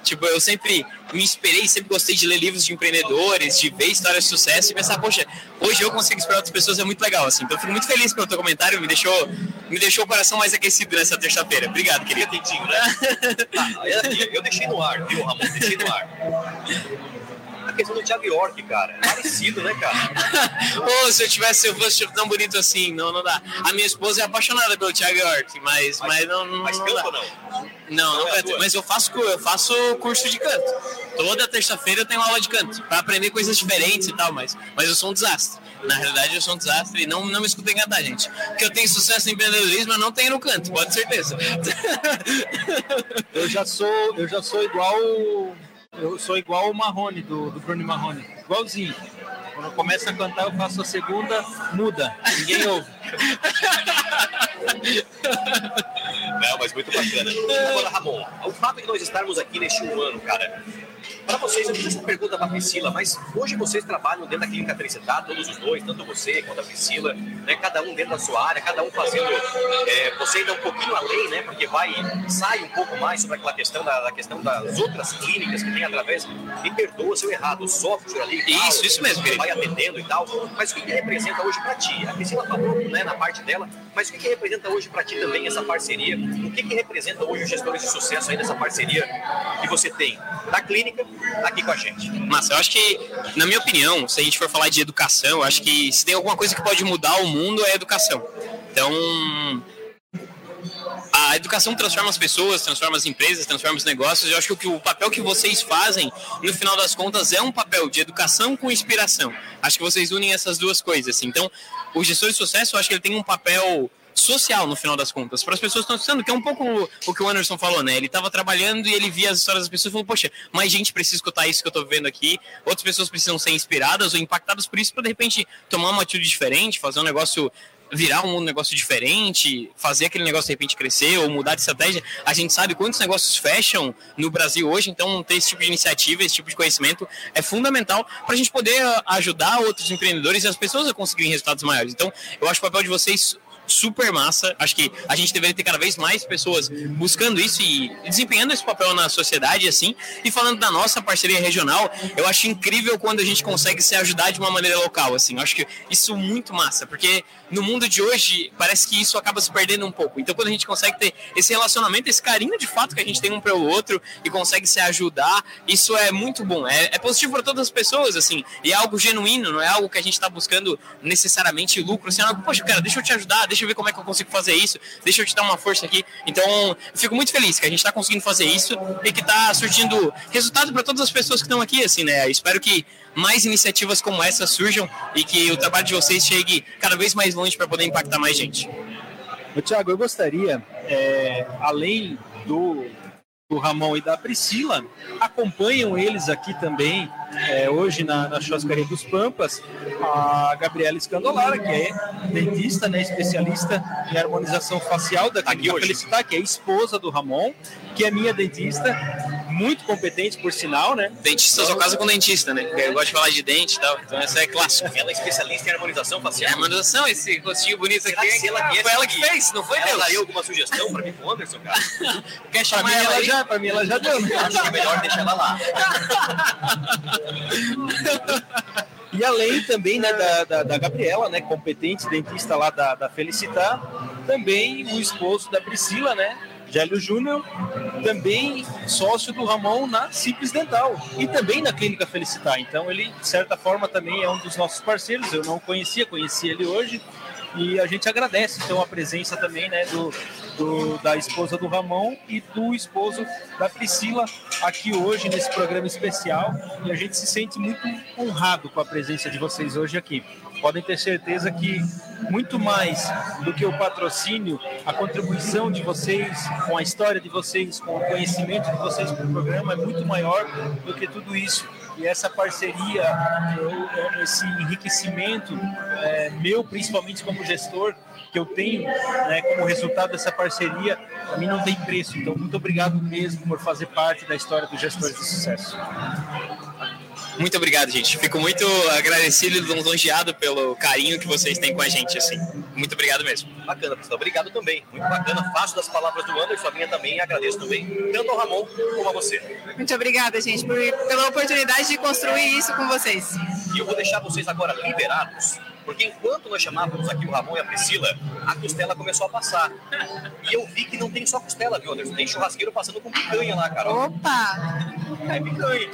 Tipo, eu sempre me inspirei, sempre gostei de ler livros de empreendedores, de ver histórias de sucesso e pensar, poxa, hoje eu consigo inspirar outras pessoas, é muito legal, assim. Então eu fico muito feliz pelo teu comentário, me deixou o coração mais aquecido nessa terça-feira. Obrigado, querido. Quentinho, né? Eu deixei no ar, viu, Ramon? Deixei no ar. A questão do Thiago York, cara. Parecido, né, cara? Pô, se eu fosse tão bonito assim, não dá. A minha esposa é apaixonada pelo Thiago York, mas não. Mas não canto dá. ou não? Não canto, mas eu faço curso de canto. Toda terça-feira eu tenho aula de canto, pra aprender coisas diferentes e tal, mas eu sou um desastre. Na realidade, eu sou um desastre e não me escutem cantar, gente. Porque eu tenho sucesso em empreendedorismo, mas não tenho no canto, pode ter certeza. Eu já sou igual... Eu sou igual o Marrone, do Bruno Marrone. Igualzinho. Quando eu começo a cantar, eu faço a segunda, muda. Ninguém ouve. Não, mas muito bacana. Agora, Ramon, o fato de nós estarmos aqui neste ano, cara, para vocês, eu fiz essa pergunta para a Priscila, mas hoje vocês trabalham dentro da Clínica Felicidade, todos os dois, tanto você quanto a Priscila, né, cada um dentro da sua área, cada um fazendo, você ainda um pouquinho além, né, porque sai um pouco mais sobre aquela questão da questão das outras clínicas que tem através, me perdoa se eu errado, o software ali e tal, isso mesmo, que vai atendendo e tal, mas o que representa hoje para ti? A Priscila falou, né, na parte dela, mas o que representa hoje para ti também essa parceria? O que representa hoje os gestores de sucesso aí nessa parceria que você tem da clínica aqui com a gente? Mas eu acho que, na minha opinião, se a gente for falar de educação, eu acho que se tem alguma coisa que pode mudar o mundo é a educação. Então, a educação transforma as pessoas, transforma as empresas, transforma os negócios. Eu acho que o papel que vocês fazem, no final das contas, é um papel de educação com inspiração. Acho que vocês unem essas duas coisas. Assim. Então, o gestor de sucesso, eu acho que ele tem um papel social, no final das contas, para as pessoas que estão precisando, que é um pouco o que o Anderson falou, né? Ele estava trabalhando e ele via as histórias das pessoas e falou, poxa, mais gente precisa escutar isso que eu estou vendo aqui, outras pessoas precisam ser inspiradas ou impactadas por isso para, de repente, tomar uma atitude diferente, fazer um negócio, virar um negócio diferente, fazer aquele negócio de repente crescer ou mudar de estratégia. A gente sabe quantos negócios fecham no Brasil hoje, então ter esse tipo de iniciativa, esse tipo de conhecimento é fundamental para a gente poder ajudar outros empreendedores e as pessoas a conseguirem resultados maiores. Então, eu acho que o papel de vocês super massa, acho que a gente deveria ter cada vez mais pessoas buscando isso e desempenhando esse papel na sociedade, assim. E falando da nossa parceria regional, eu acho incrível quando a gente consegue se ajudar de uma maneira local, assim. Eu acho que isso é muito massa, porque no mundo de hoje parece que isso acaba se perdendo um pouco. Então, quando a gente consegue ter esse relacionamento, esse carinho de fato que a gente tem um pelo outro e consegue se ajudar, isso é muito bom. É positivo para todas as pessoas, assim, e é algo genuíno, não é algo que a gente está buscando necessariamente lucro, assim, é algo, poxa, cara, deixa eu te ajudar, deixa eu ver como é que eu consigo fazer isso, deixa eu te dar uma força aqui. Então, eu fico muito feliz que a gente está conseguindo fazer isso e que está surtindo resultado para todas as pessoas que estão aqui, assim, né? Eu espero que mais iniciativas como essa surjam e que o trabalho de vocês chegue cada vez mais longe para poder impactar mais gente. Thiago, eu gostaria, além do Ramon e da Priscila, acompanham eles aqui também, hoje na Churrascaria dos Pampas, a Gabriela Scandolara, que é dentista, né, especialista em harmonização facial da Clínica Felicidade, que é esposa do Ramon, que é minha dentista, muito competente, por sinal, né? Dentista só casa com dentista, né? Eu gosto de falar de dente e tal, então essa é clássico. Ela é especialista em harmonização facial? Harmonização, esse rostinho bonito aqui. Foi ela que fez, não foi Deus? Ela daria alguma sugestão pra mim com o Anderson, cara? Quer chamar ela aí? Pra mim ela já deu, né? Acho que é melhor deixar ela lá. E além também, né, da Gabriela, né, competente dentista lá da Felicitar, também o esposo da Priscila, né, Gélio Júnior, também sócio do Ramon na Simples Dental e também na Clínica Felicitar. Então ele, de certa forma, também é um dos nossos parceiros. Eu não conheci ele hoje e a gente agradece então a presença também, né, da esposa do Ramon e do esposo da Priscila aqui hoje nesse programa especial, e a gente se sente muito honrado com a presença de vocês hoje aqui. Podem ter certeza que muito mais do que o patrocínio, a contribuição de vocês com a história de vocês, com o conhecimento de vocês para o programa é muito maior do que tudo isso. E essa parceria, esse enriquecimento meu, principalmente como gestor, que eu tenho, né, como resultado dessa parceria, para mim não tem preço. Então, muito obrigado mesmo por fazer parte da história dos Gestores de Sucesso. Muito obrigado, gente. Fico muito agradecido e lisonjeado pelo carinho que vocês têm com a gente, assim. Muito obrigado mesmo. Bacana, pessoal. Obrigado também. Muito bacana. Faço das palavras do Anderson, a minha também, e agradeço também, tanto ao Ramon como a você. Muito obrigada, gente, pela oportunidade de construir isso com vocês. E eu vou deixar vocês agora liberados, porque enquanto nós chamávamos aqui o Ramon e a Priscila, a costela começou a passar. E eu vi que não tem só costela, viu, Anderson? Tem churrasqueiro passando com picanha lá, Carol. Opa! É picanha.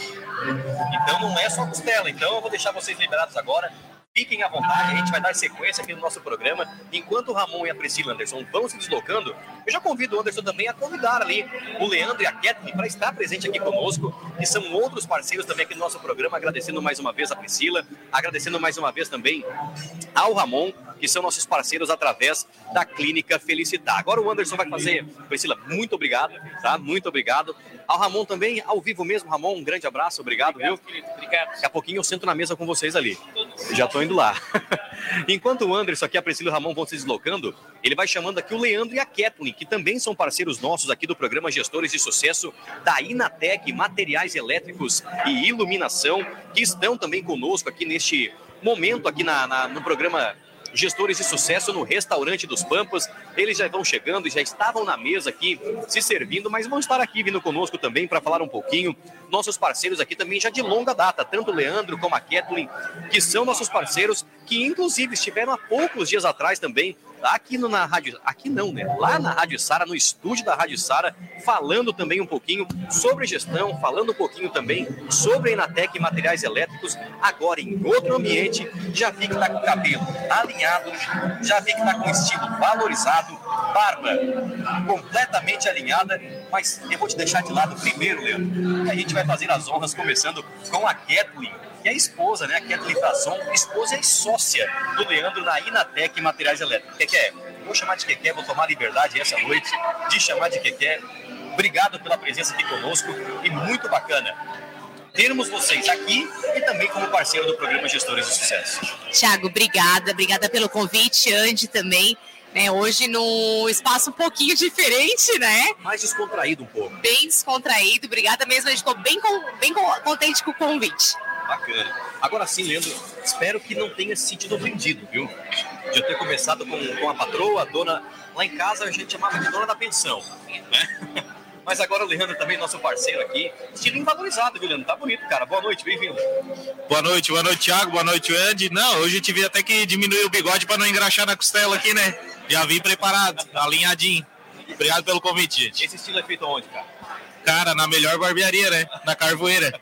Então não é só costela. Então eu vou deixar vocês liberados agora. Fiquem à vontade, a gente vai dar sequência aqui no nosso programa. Enquanto o Ramon e a Priscila, Anderson, vão se deslocando, eu já convido o Anderson também a convidar ali o Leandro e a Kathleen para estar presente aqui conosco, que são outros parceiros também aqui no nosso programa, agradecendo mais uma vez a Priscila, agradecendo mais uma vez também ao Ramon, que são nossos parceiros através da Clínica Felicitar. Agora o Anderson vai fazer. Priscila, muito obrigado, tá? Muito obrigado. Ao Ramon também, ao vivo mesmo. Ramon, um grande abraço, obrigado, viu? Obrigado. Daqui a pouquinho eu sento na mesa com vocês ali. Já tô indo lá. Enquanto o Anderson aqui, a Priscila e o Ramon vão se deslocando, ele vai chamando aqui o Leandro e a Kathleen, que também são parceiros nossos aqui do programa Gestores de Sucesso da Inatec, Materiais Elétricos e Iluminação, que estão também conosco aqui neste momento aqui no programa Gestores de Sucesso no Restaurante dos Pampas. Eles já vão chegando e já estavam na mesa aqui se servindo, mas vão estar aqui vindo conosco também para falar um pouquinho. Nossos parceiros aqui também já de longa data, tanto o Leandro como a Kathleen, que são nossos parceiros, que inclusive estiveram há poucos dias atrás também aqui na rádio, aqui não, né? Lá na Rádio Sara, no estúdio da Rádio Sara, falando também um pouquinho sobre gestão, falando um pouquinho também sobre a Inatec e Materiais Elétricos, agora em outro ambiente. Já vi que tá com o cabelo alinhado, já vi que tá com o estilo valorizado, barba completamente alinhada, mas eu vou te deixar de lado primeiro, Leandro, e a gente vai fazer as honras começando com a Kathleen, que é a esposa, né? A Kathleen Frazon, esposa e sócia do Leandro na Inatec e Materiais Elétricos. Keké, vou chamar de Keké, vou tomar liberdade essa noite de chamar de Keké. Obrigado pela presença aqui conosco e muito bacana termos vocês aqui e também como parceiro do programa Gestores de Sucesso. Thiago, obrigada pelo convite, Andy também. Hoje num espaço um pouquinho diferente, né? Mais descontraído um pouco. Bem descontraído, obrigada mesmo, a gente ficou bem contente com o convite. Bacana. Agora sim, Leandro, espero que não tenha se sentido ofendido, viu? De eu ter começado com a patroa, a dona... Lá em casa a gente chamava de dona da pensão, né? Mas agora o Leandro também, nosso parceiro aqui, estilo valorizado, viu, Leandro? Tá bonito, cara. Boa noite, bem-vindo. Boa noite, Thiago, boa noite, Andy. Não, hoje eu tive até que diminuir o bigode para não engraxar na costela aqui, né? Já vim preparado, alinhadinho. Obrigado pelo convite, gente. Esse estilo é feito onde, cara? Cara, na melhor barbearia, né? Na Carvoeira.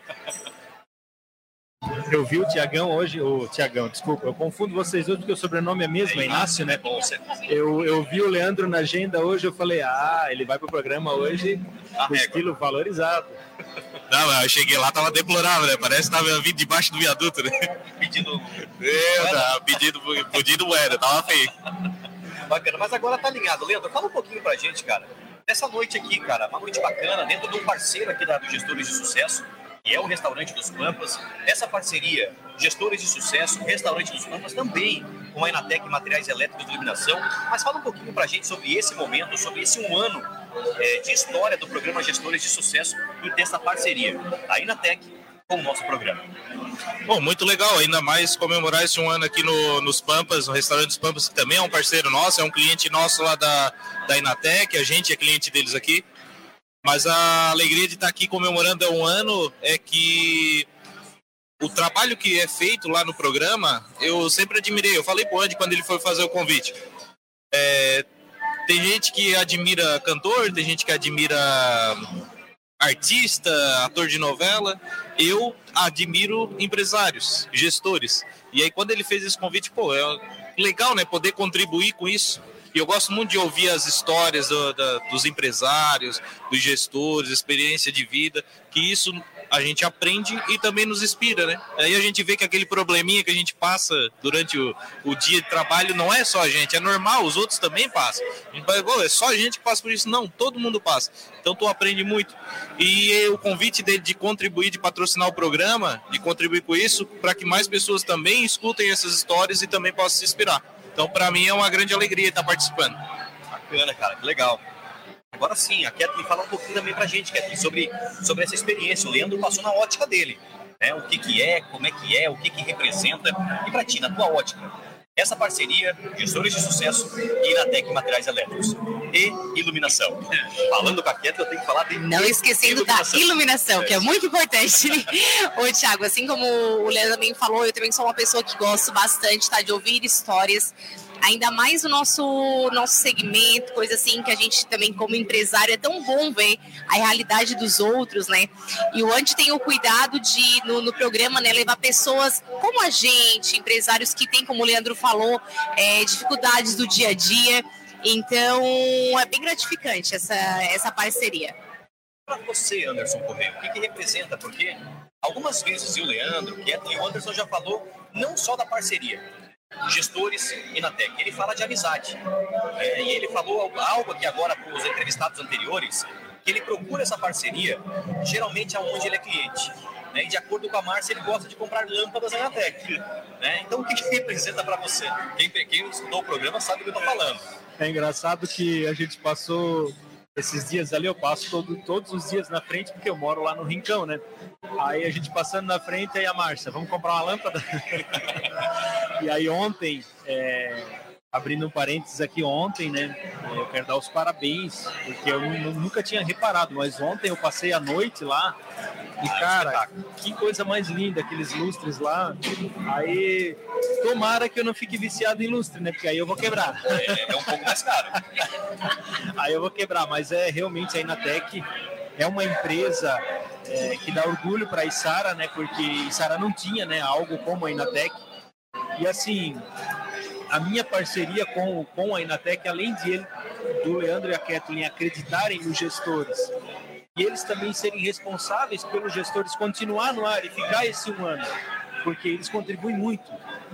Eu vi o Tiagão hoje, desculpa, eu confundo vocês dois porque o sobrenome é mesmo, é Inácio, né? Eu vi o Leandro na agenda hoje, eu falei, ele vai pro programa hoje com estilo valorizado. Não, eu cheguei lá, tava deplorável, né? Parece que tava vindo debaixo do viaduto, né? Pedindo moeda, tava feio. Bacana, mas agora tá alinhado. Leandro, fala um pouquinho pra gente, cara, dessa noite aqui, cara, uma noite bacana, dentro de um parceiro aqui do Gestores de Sucesso, que é o Restaurante dos Pampas. Essa parceria, Gestores de Sucesso, Restaurante dos Pampas, também com a Inatec Materiais Elétricos de Iluminação. Mas fala um pouquinho pra gente sobre esse momento, sobre esse um ano de história do programa Gestores de Sucesso e dessa parceria da Inatec com o nosso programa. Bom, muito legal, ainda mais comemorar esse um ano aqui nos Pampas, no Restaurante dos Pampas, que também é um parceiro nosso, é um cliente nosso lá da Inatec, a gente é cliente deles aqui. Mas a alegria de estar aqui comemorando um ano é que o trabalho que é feito lá no programa, eu sempre admirei. Eu falei pro Andy quando ele foi fazer o convite. Tem gente que admira cantor, tem gente que admira artista, ator de novela. Eu admiro empresários, gestores. E aí quando ele fez esse convite, é legal, né? Poder contribuir com isso. E eu gosto muito de ouvir as histórias dos empresários, dos gestores, experiência de vida, que isso a gente aprende e também nos inspira, né? Aí a gente vê que aquele probleminha que a gente passa durante o dia de trabalho não é só a gente, é normal, os outros também passam. A gente fala, é só a gente que passa por isso. Não, todo mundo passa. Então tu aprende muito. E o convite dele de contribuir, de patrocinar o programa, de contribuir com isso, para que mais pessoas também escutem essas histórias e também possam se inspirar. Então, para mim, é uma grande alegria estar participando. Bacana, cara, que legal. Agora sim, a Kathleen fala um pouquinho também pra gente, Kathleen, sobre essa experiência. O Leandro passou na ótica dele. né? O que é, como é que é, o que representa. E para ti, na tua ótica, essa parceria, Gestores de Sucesso e Inatec Materiais Elétricos e iluminação. Falando com a Keto, eu tenho que falar de não esquecendo da iluminação, que é muito importante. Ô, Thiago, assim como o Leandro também falou, eu também sou uma pessoa que gosto bastante, tá, de ouvir histórias, ainda mais o nosso segmento, coisa assim, que a gente também como empresário é tão bom ver a realidade dos outros, né? E o Andy tem o cuidado de, no programa, né, levar pessoas como a gente, empresários que tem, como o Leandro falou, dificuldades do dia a dia. Então, é bem gratificante essa parceria. Para você, Anderson Correia, o que representa? Porque algumas vezes o Leandro, Keto e o Anderson já falou não só da parceria, Gestores e Inatec, ele fala de amizade. E ele falou algo aqui agora para os entrevistados anteriores, que ele procura essa parceria geralmente aonde ele é cliente. E de acordo com a Márcia, ele gosta de comprar lâmpadas na Inatec. Então, o que representa para você? Quem estudou o programa sabe do que eu estou falando. É engraçado que a gente passou esses dias ali, eu passo todos os dias na frente, porque eu moro lá no Rincão, né? Aí a gente passando na frente, aí a Márcia, vamos comprar uma lâmpada? E aí ontem, abrindo um parênteses aqui, ontem, né? Eu quero dar os parabéns, porque eu nunca tinha reparado, mas ontem eu passei a noite lá e, cara, que coisa mais linda, aqueles lustres lá. Aí, tomara que eu não fique viciado em lustre, né? Porque aí eu vou quebrar. É um pouco mais caro. Aí eu vou quebrar, mas realmente a Inatec é uma empresa que dá orgulho para a Isara, né? Porque Isara não tinha, né, algo como a Inatec. E assim, a minha parceria com a Inatec, além do Leandro e a Kathleen acreditarem nos gestores, e eles também serem responsáveis pelos gestores continuar no ar e ficar esse 1 ano, porque eles contribuem muito.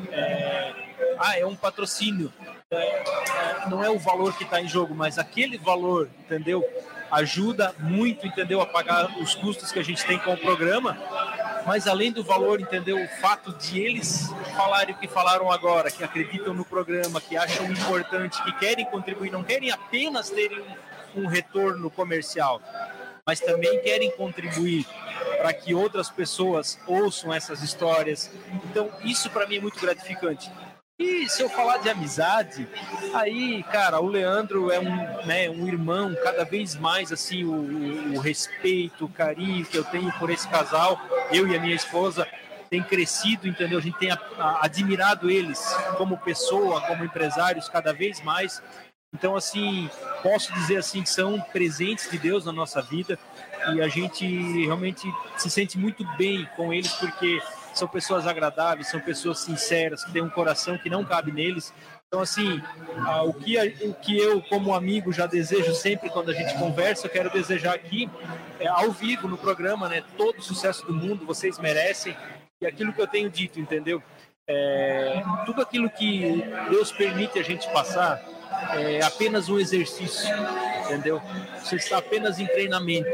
É um patrocínio, não é o valor que está em jogo, mas aquele valor, entendeu? Ajuda muito, entendeu? A pagar os custos que a gente tem com o programa, mas além do valor, entendeu? O fato de eles falarem o que falaram agora, que acreditam no programa, que acham importante, que querem contribuir, não querem apenas terem um retorno comercial, mas também querem contribuir para que outras pessoas ouçam essas histórias. Então, isso para mim é muito gratificante. E se eu falar de amizade, aí, cara, o Leandro é um irmão, cada vez mais, assim, o respeito, o carinho que eu tenho por esse casal, eu e a minha esposa, tem crescido, entendeu? A gente tem admirado eles como pessoa, como empresários, cada vez mais. Então, assim, posso dizer assim que são presentes de Deus na nossa vida e a gente realmente se sente muito bem com eles porque são pessoas agradáveis, são pessoas sinceras, que têm um coração que não cabe neles. Então, assim, o que eu, como amigo, já desejo sempre quando a gente conversa, eu quero desejar aqui, ao vivo, no programa, né? Todo o sucesso do mundo, vocês merecem. E aquilo que eu tenho dito, entendeu? Tudo aquilo que Deus permite a gente passar é apenas um exercício, entendeu? Você está apenas em treinamento.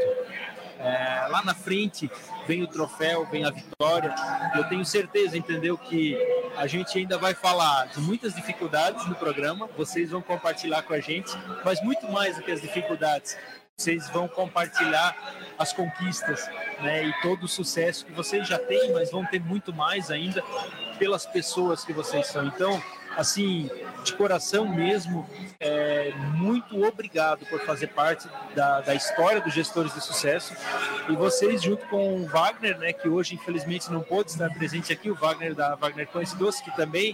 Lá na frente vem o troféu, vem a vitória. Eu tenho certeza, entendeu, que a gente ainda vai falar de muitas dificuldades no programa, vocês vão compartilhar com a gente, mas muito mais do que as dificuldades, vocês vão compartilhar as conquistas, né, e todo o sucesso que vocês já têm, mas vão ter muito mais ainda pelas pessoas que vocês são. Então, assim, de coração mesmo, muito obrigado por fazer parte da história dos Gestores de Sucesso. E vocês, junto com o Wagner, né, que hoje infelizmente não pôde estar presente aqui, o Wagner da Wagner Pães e Doces, que também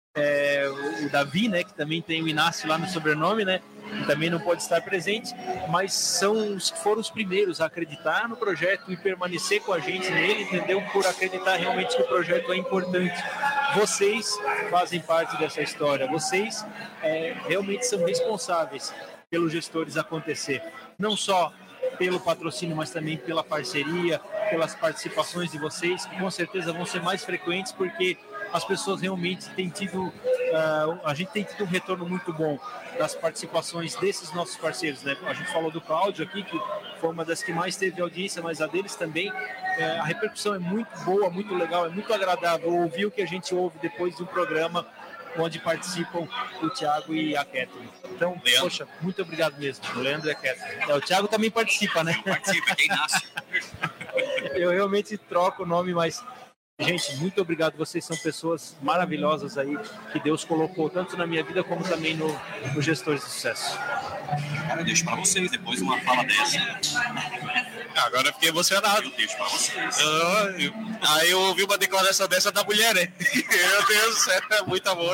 o Davi, né, que também tem o Inácio lá no sobrenome, né, que também não pode estar presente, mas foram os primeiros a acreditar no projeto e permanecer com a gente nele, entendeu? Por acreditar realmente que o projeto é importante. Vocês fazem parte dessa história, vocês realmente são responsáveis pelos Gestores acontecer, não só pelo patrocínio, mas também pela parceria, pelas participações de vocês, que com certeza vão ser mais frequentes, porque as pessoas realmente têm tido, a gente tem tido um retorno muito bom das participações desses nossos parceiros, né? A gente falou do Cláudio aqui, que foi uma das que mais teve audiência, mas a deles também, a repercussão é muito boa, muito legal, é muito agradável ouvir o que a gente ouve depois de um programa onde participam o Thiago e a Kathleen. Então, Leandro. Poxa, muito obrigado mesmo, o Leandro e a Kathleen. O Thiago também participa, né? Participa, quem nasce. Eu realmente troco o nome, mas, gente, muito obrigado. Vocês são pessoas maravilhosas aí, que Deus colocou tanto na minha vida como também no Gestores de Sucesso. Cara, eu deixo pra vocês, depois de uma fala dessa. Agora eu fiquei emocionado. Eu deixo pra vocês. Aí eu ouvi uma declaração dessa da mulher, né? Meu Deus do céu, é muito amor.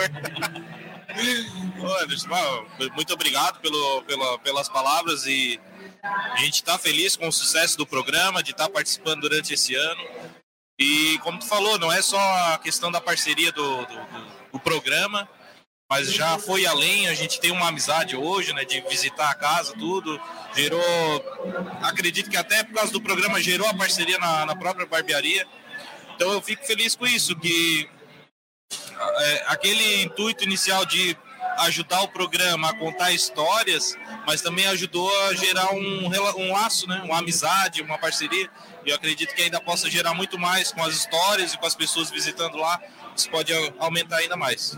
Anderson, muito obrigado pelas palavras, e a gente está feliz com o sucesso do programa, de estar participando durante esse ano. E como tu falou, não é só a questão da parceria do programa, mas já foi além. A gente tem uma amizade hoje, né, de visitar a casa, tudo. Gerou, acredito que até por causa do programa gerou a parceria na própria barbearia. Então eu fico feliz com isso, que aquele intuito inicial de ajudar o programa a contar histórias, mas também ajudou a gerar um laço, né? Uma amizade, uma parceria. E eu acredito que ainda possa gerar muito mais com as histórias e com as pessoas visitando lá. Isso pode aumentar ainda mais.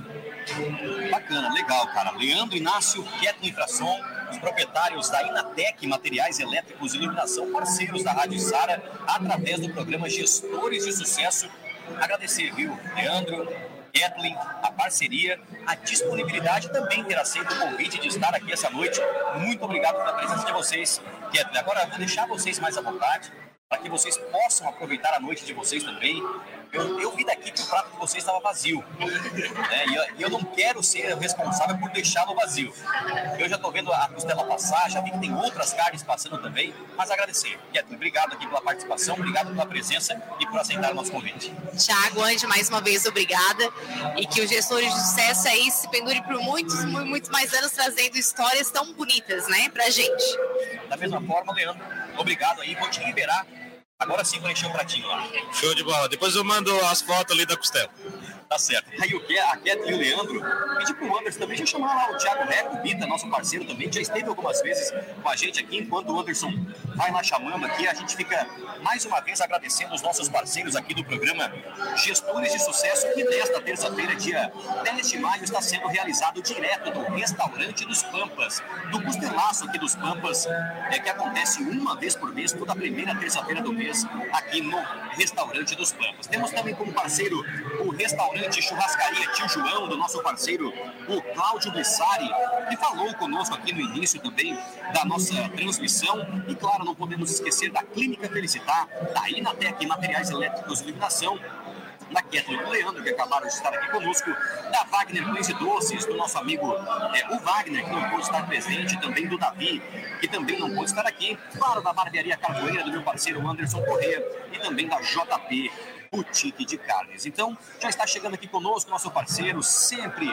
Bacana, legal, cara. Leandro Inácio, Ketlin Infrasom, os proprietários da Inatec Materiais Elétricos e Iluminação, parceiros da Rádio Sara, através do programa Gestores de Sucesso. Agradecer, viu, Leandro, Ketlin, a parceria, a disponibilidade, também ter aceito o convite de estar aqui essa noite. Muito obrigado pela presença de vocês, Ketlin. Agora eu vou deixar vocês mais à vontade, para que vocês possam aproveitar a noite de vocês também. Eu vi daqui que o prato de vocês estava vazio, né? E eu não quero ser responsável por deixá-lo vazio. Eu já estou vendo a costela passar, já vi que tem outras carnes passando também, mas agradecer. Ketlin, obrigado aqui pela participação, obrigado pela presença e por aceitar o nosso convite. Thiago, Andy, mais uma vez, obrigada. E que os Gestores de Sucesso aí se pendure por muitos mais anos, trazendo histórias tão bonitas, né, pra gente. Da mesma forma, Leandro, obrigado aí, vou te liberar. Agora sim vai encher o pratinho lá. Show de bola. Depois eu mando as fotos ali da costela. Tá certo. Aí a Ketlin e o Leandro, pedi pro Anderson também já chamar lá o Thiago Reco, o Bita, nosso parceiro também, já esteve algumas vezes com a gente aqui. Enquanto o Anderson vai lá chamando aqui, a gente fica mais uma vez agradecendo os nossos parceiros aqui do programa Gestores de Sucesso, que nesta terça-feira, dia 10 de maio, está sendo realizado direto do Restaurante dos Pampas, do Costelaço aqui dos Pampas, que acontece uma vez por mês, toda a primeira terça-feira do mês, aqui no Restaurante dos Pampas. Temos também como parceiro o Restaurante Churrascaria Tio João, do nosso parceiro, o Cláudio Bessari, que falou conosco aqui no início também da nossa transmissão. E claro, não podemos esquecer da Clínica Felicitar, da Inatec Materiais Elétricos e Iluminação, da Ketlin e do Leandro, que acabaram de estar aqui conosco, da Wagner Pães e Doces, do nosso amigo o Wagner, que não pôde estar presente, também do Davi, que também não pôde estar aqui, claro, da Barbearia Carvoeira, do meu parceiro Anderson Corrêa, e também da JP Boutique de Carnes. Então, já está chegando aqui conosco nosso parceiro, sempre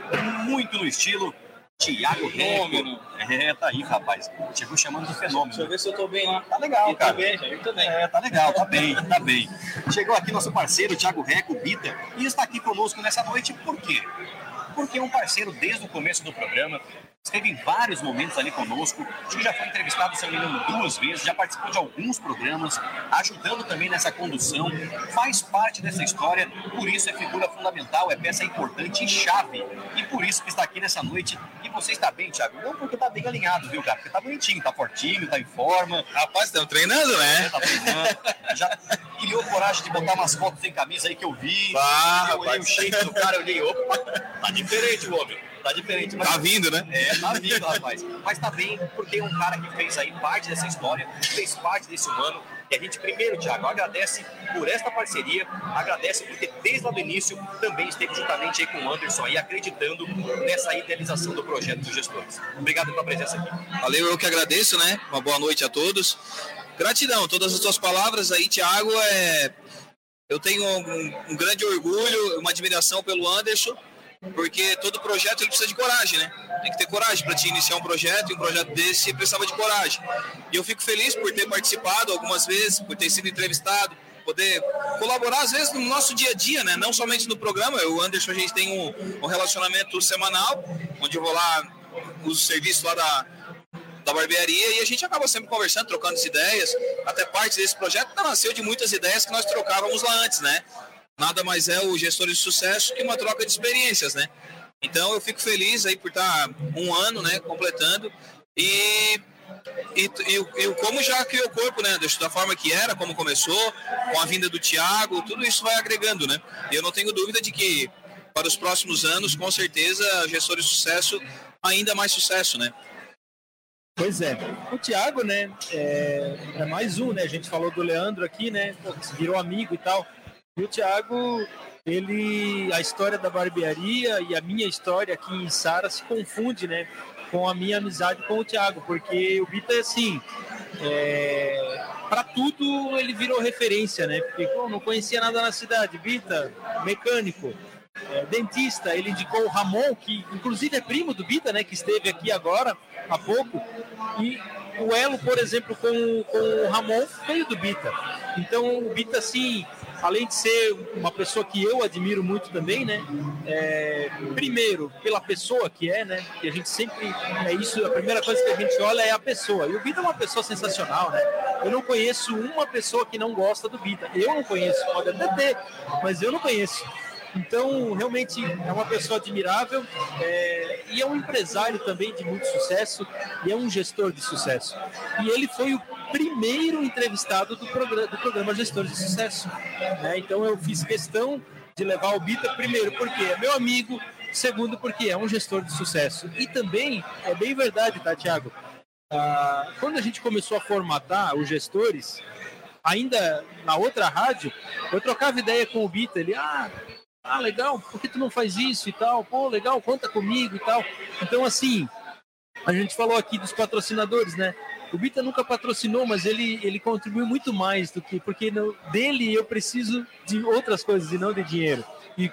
muito no estilo, Thiago Reco. Tá aí, rapaz. Chegou chamando de fenômeno. Deixa eu ver se eu tô bem lá. Tá legal, cara. Tá bem, já tô bem. Tá legal, tá bem. Chegou aqui nosso parceiro, Thiago Reco, Bita, e está aqui conosco nessa noite. Por quê? Porque é um parceiro desde o começo do programa, esteve em vários momentos ali conosco, acho que já foi entrevistado, se não me engano, 2 vezes, já participou de alguns programas, ajudando também nessa condução, faz parte dessa história, por isso é figura fundamental, é peça importante e chave, e por isso que está aqui nessa noite. E você está bem, Thiago? Não porque tá bem alinhado, viu, cara? Porque tá bonitinho, tá fortinho, tá em forma. Rapaz, estão treinando, né? Tá treinando. Já criou coragem de botar umas fotos sem camisa aí que eu vi. Eu olhei o shape do cara, eu olhei, opa, tá diferente o homem. Tá diferente. Mas... Tá vindo, né? Tá vindo, rapaz. Mas tá bem, porque é um cara que fez aí parte dessa história, fez parte desse humano. E a gente, primeiro, Thiago, agradece por esta parceria, agradece porque desde lá do início também esteve juntamente aí com o Anderson aí, acreditando nessa idealização do projeto dos Gestores. Obrigado pela presença aqui. Valeu, eu que agradeço, né? Uma boa noite a todos. Gratidão, todas as tuas palavras aí, Thiago. Eu tenho um grande orgulho, uma admiração pelo Anderson, porque todo projeto ele precisa de coragem, né? Tem que ter coragem para te iniciar um projeto, e um projeto desse precisava de coragem. E eu fico feliz por ter participado algumas vezes, por ter sido entrevistado, poder colaborar às vezes no nosso dia a dia, né? Não somente no programa. Eu e o Anderson, a gente tem um relacionamento semanal, onde eu vou lá, uso o serviço lá da barbearia, e a gente acaba sempre conversando, trocando as ideias. Até parte desse projeto nasceu de muitas ideias que nós trocávamos lá antes, né? Nada mais é o Gestor de Sucesso que uma troca de experiências, né? Então eu fico feliz aí por estar 1 ano, né, completando, e E como já criou o corpo, né, da forma que era, como começou, com a vinda do Thiago, tudo isso vai agregando, né? E eu não tenho dúvida de que para os próximos anos, com certeza, Gestores de Sucesso, ainda mais sucesso, né? Pois é. O Thiago, né, é mais um, né? A gente falou do Leandro aqui, né? Virou amigo e tal. E o Thiago, a história da barbearia e a minha história aqui em Sara se confunde, né? Com a minha amizade com o Thiago, porque o Bita, assim, para tudo ele virou referência, né? Porque não conhecia nada na cidade. Bita, mecânico, dentista, ele indicou o Ramon, que inclusive é primo do Bita, né? Que esteve aqui agora, há pouco, e o elo, por exemplo, com o Ramon veio do Bita. Então o Bita, assim, além de ser uma pessoa que eu admiro muito também, né? Primeiro, pela pessoa que é, né? Que a gente sempre... a primeira coisa que a gente olha é a pessoa. E o Bita é uma pessoa sensacional, né? Eu não conheço uma pessoa que não gosta do Bita. Eu não conheço, pode até ter, mas eu não conheço. Então, realmente, é uma pessoa admirável e é um empresário também de muito sucesso e é um gestor de sucesso. E ele foi o primeiro entrevistado do programa Gestores de Sucesso, né? Então, eu fiz questão de levar o Bita, primeiro, porque é meu amigo, segundo, porque é um gestor de sucesso. E também, é bem verdade, tá, Thiago? Quando a gente começou a formatar os gestores, ainda na outra rádio, eu trocava ideia com o Bita, ele... legal, por que tu não faz isso e tal? Pô, legal, conta comigo e tal. Então, assim, a gente falou aqui dos patrocinadores, né? O Bita nunca patrocinou, mas ele contribuiu muito mais do que... Porque dele eu preciso de outras coisas e não de dinheiro. E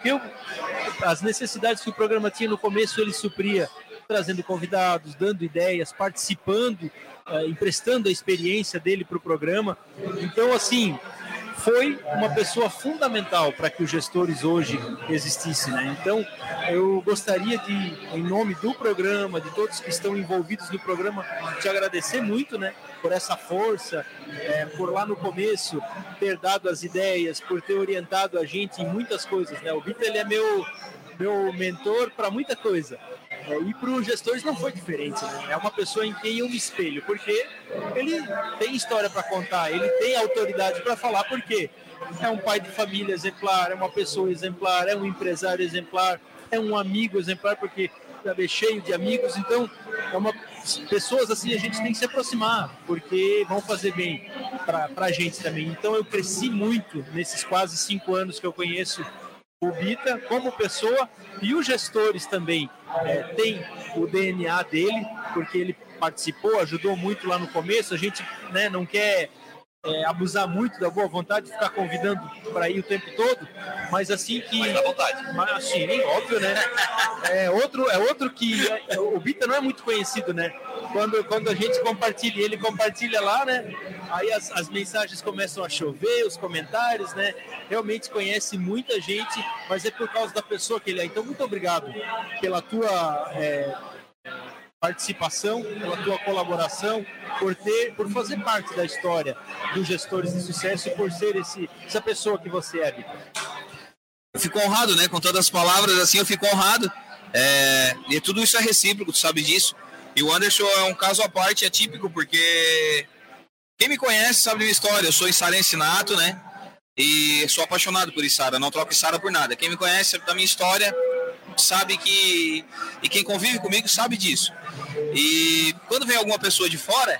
as necessidades que o programa tinha no começo, ele supria, trazendo convidados, dando ideias, participando, emprestando a experiência dele para o programa. Então, assim... foi uma pessoa fundamental para que os gestores hoje existissem, né? Então, eu gostaria de, em nome do programa, de todos que estão envolvidos no programa, te agradecer muito, né? Por essa força, por lá no começo ter dado as ideias, por ter orientado a gente em muitas coisas, né? O Bita, ele é meu mentor para muita coisa. E para os gestores não foi diferente, né? É uma pessoa em quem eu me espelho, porque ele tem história para contar, ele tem autoridade para falar, porque é um pai de família exemplar, é uma pessoa exemplar, é um empresário exemplar, é um amigo exemplar, porque é cheio de amigos. Então, pessoas assim a gente tem que se aproximar, porque vão fazer bem para a gente também. Então, eu cresci muito nesses quase 5 anos que eu conheço o Bita como pessoa, e os gestores também têm o DNA dele, porque ele participou, ajudou muito lá no começo. A gente, né, não quer abusar muito da boa vontade de ficar convidando para ir o tempo todo, mas assim que... Mas dá vontade. Mas, assim, óbvio, né? É outro que... o Bita não é muito conhecido, né? Quando a gente compartilha, ele compartilha lá, né? Aí as mensagens começam a chover, os comentários, né? Realmente conhece muita gente, mas é por causa da pessoa que ele é. Então, muito obrigado pela tua participação, pela tua colaboração, por fazer parte da história dos Gestores de Sucesso e por ser essa pessoa que você é, Bita. Eu fico honrado, né? Com todas as palavras, assim, eu fico honrado. E tudo isso é recíproco, tu sabe disso. E o Anderson é um caso à parte, atípico, porque quem me conhece sabe da minha história. Eu sou içarense nato, né? E sou apaixonado por Içara, não troco Içara por nada. Quem me conhece da minha história sabe que... E quem convive comigo sabe disso. E quando vem alguma pessoa de fora,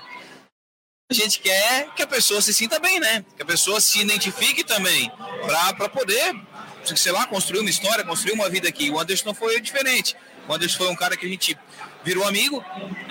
a gente quer que a pessoa se sinta bem, né? Que a pessoa se identifique também, para poder, sei lá, construir uma história, construir uma vida aqui. O Anderson não foi diferente. O Anderson foi um cara que a gente virou amigo.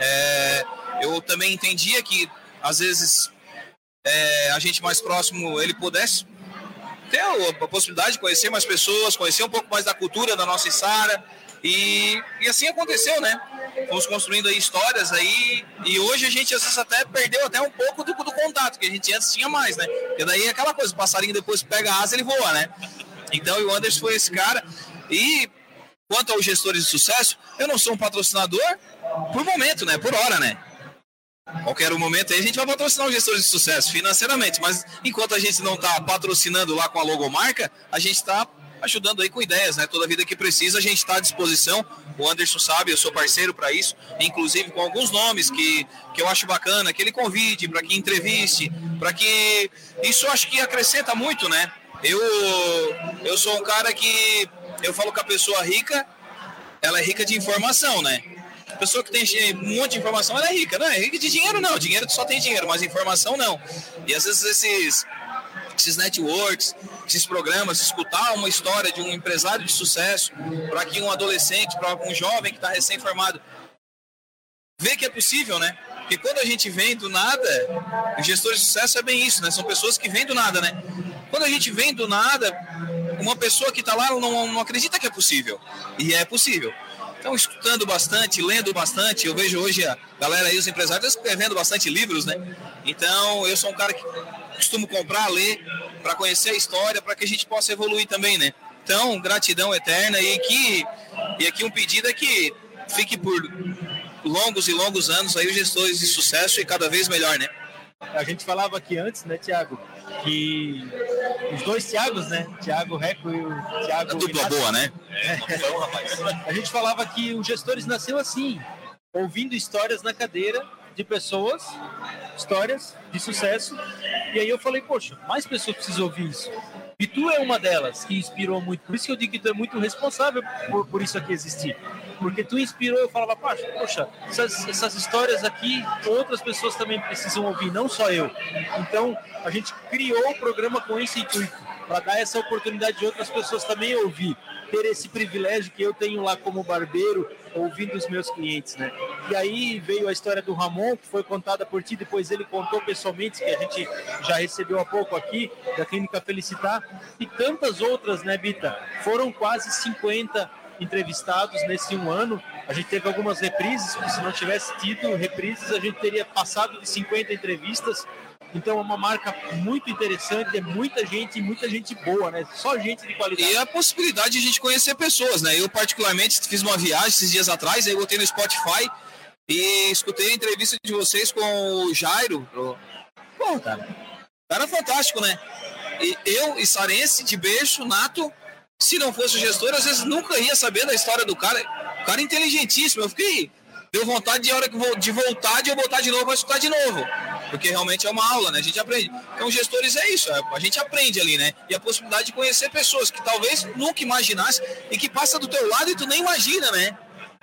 Eu também entendia que, às vezes, a gente mais próximo, ele pudesse ter a possibilidade de conhecer mais pessoas, conhecer um pouco mais da cultura da nossa Içara. E assim aconteceu, né? Fomos construindo aí histórias aí, e hoje a gente às vezes até perdeu até um pouco do contato, que a gente antes tinha mais, né? Porque daí é aquela coisa, o passarinho depois pega a asa, ele voa, né? Então o Anderson foi esse cara. E quanto aos Gestores de Sucesso, eu não sou um patrocinador por momento, né? Por hora, né? Qualquer momento aí a gente vai patrocinar os Gestores de Sucesso financeiramente, mas enquanto a gente não está patrocinando lá com a logomarca, a gente está ajudando aí com ideias, né? Toda vida que precisa, a gente está à disposição. O Anderson sabe, eu sou parceiro para isso, inclusive com alguns nomes que eu acho bacana, que ele convide, para que entreviste, para que... Isso eu acho que acrescenta muito, né? Eu sou um cara que... Eu falo que a pessoa rica, ela é rica de informação, né? A pessoa que tem um monte de informação, ela é rica. Não é rica de dinheiro, não. Dinheiro só tem dinheiro, mas informação não. E às vezes esses networks, esses programas, escutar uma história de um empresário de sucesso, para que um adolescente, para um jovem que está recém-formado, vê que é possível, né? Porque quando a gente vem do nada, os gestores de sucesso é bem isso, né? São pessoas que vêm do nada, né? Quando a gente vem do nada, uma pessoa que está lá não acredita que é possível. E é possível. Então, escutando bastante, lendo bastante, eu vejo hoje a galera aí, os empresários, escrevendo bastante livros, né? Então, eu sou um cara que costumo comprar, ler, para conhecer a história, para que a gente possa evoluir também, né? Então, gratidão eterna e aqui um pedido é que fique por longos e longos anos aí os gestores de sucesso e cada vez melhor, né? A gente falava aqui antes, né, Thiago, que os dois Thiagos, né, Thiago Reco e o Thiago... A dupla boa, né? A gente falava que os gestores nasceu assim, ouvindo histórias na cadeira de pessoas, histórias de sucesso, e aí eu falei, poxa, mais pessoas precisam ouvir isso. E tu é uma delas que inspirou muito, por isso que eu digo que tu é muito responsável por isso aqui existir. Porque tu inspirou, eu falava, poxa, essas histórias aqui, outras pessoas também precisam ouvir, não só eu. Então, a gente criou o programa com esse intuito, para dar essa oportunidade de outras pessoas também ouvir, ter esse privilégio que eu tenho lá como barbeiro, ouvindo os meus clientes, né? E aí veio a história do Ramon, que foi contada por ti, depois ele contou pessoalmente, que a gente já recebeu há pouco aqui, da Clínica Felicitar, e tantas outras, né, Bita? Foram quase 50 entrevistados nesse um ano. A gente teve algumas reprises, porque se não tivesse tido reprises, a gente teria passado de 50 entrevistas. Então é uma marca muito interessante, é muita gente boa, né? Só gente de qualidade. E a possibilidade de a gente conhecer pessoas, né? Eu particularmente fiz uma viagem esses dias atrás, aí eu botei no Spotify e escutei a entrevista de vocês com o Jairo. Pô, cara fantástico, né? E eu, içarense, de berço, nato, se não fosse o gestor, às vezes nunca ia saber da história do cara. O cara é inteligentíssimo, eu fiquei... Deu vontade de hora de voltar, de eu botar de novo, para escutar de novo. Porque realmente é uma aula, né? A gente aprende. Então, gestores é isso, a gente aprende ali, né? E a possibilidade de conhecer pessoas que talvez nunca imaginasse e que passa do teu lado e tu nem imagina, né?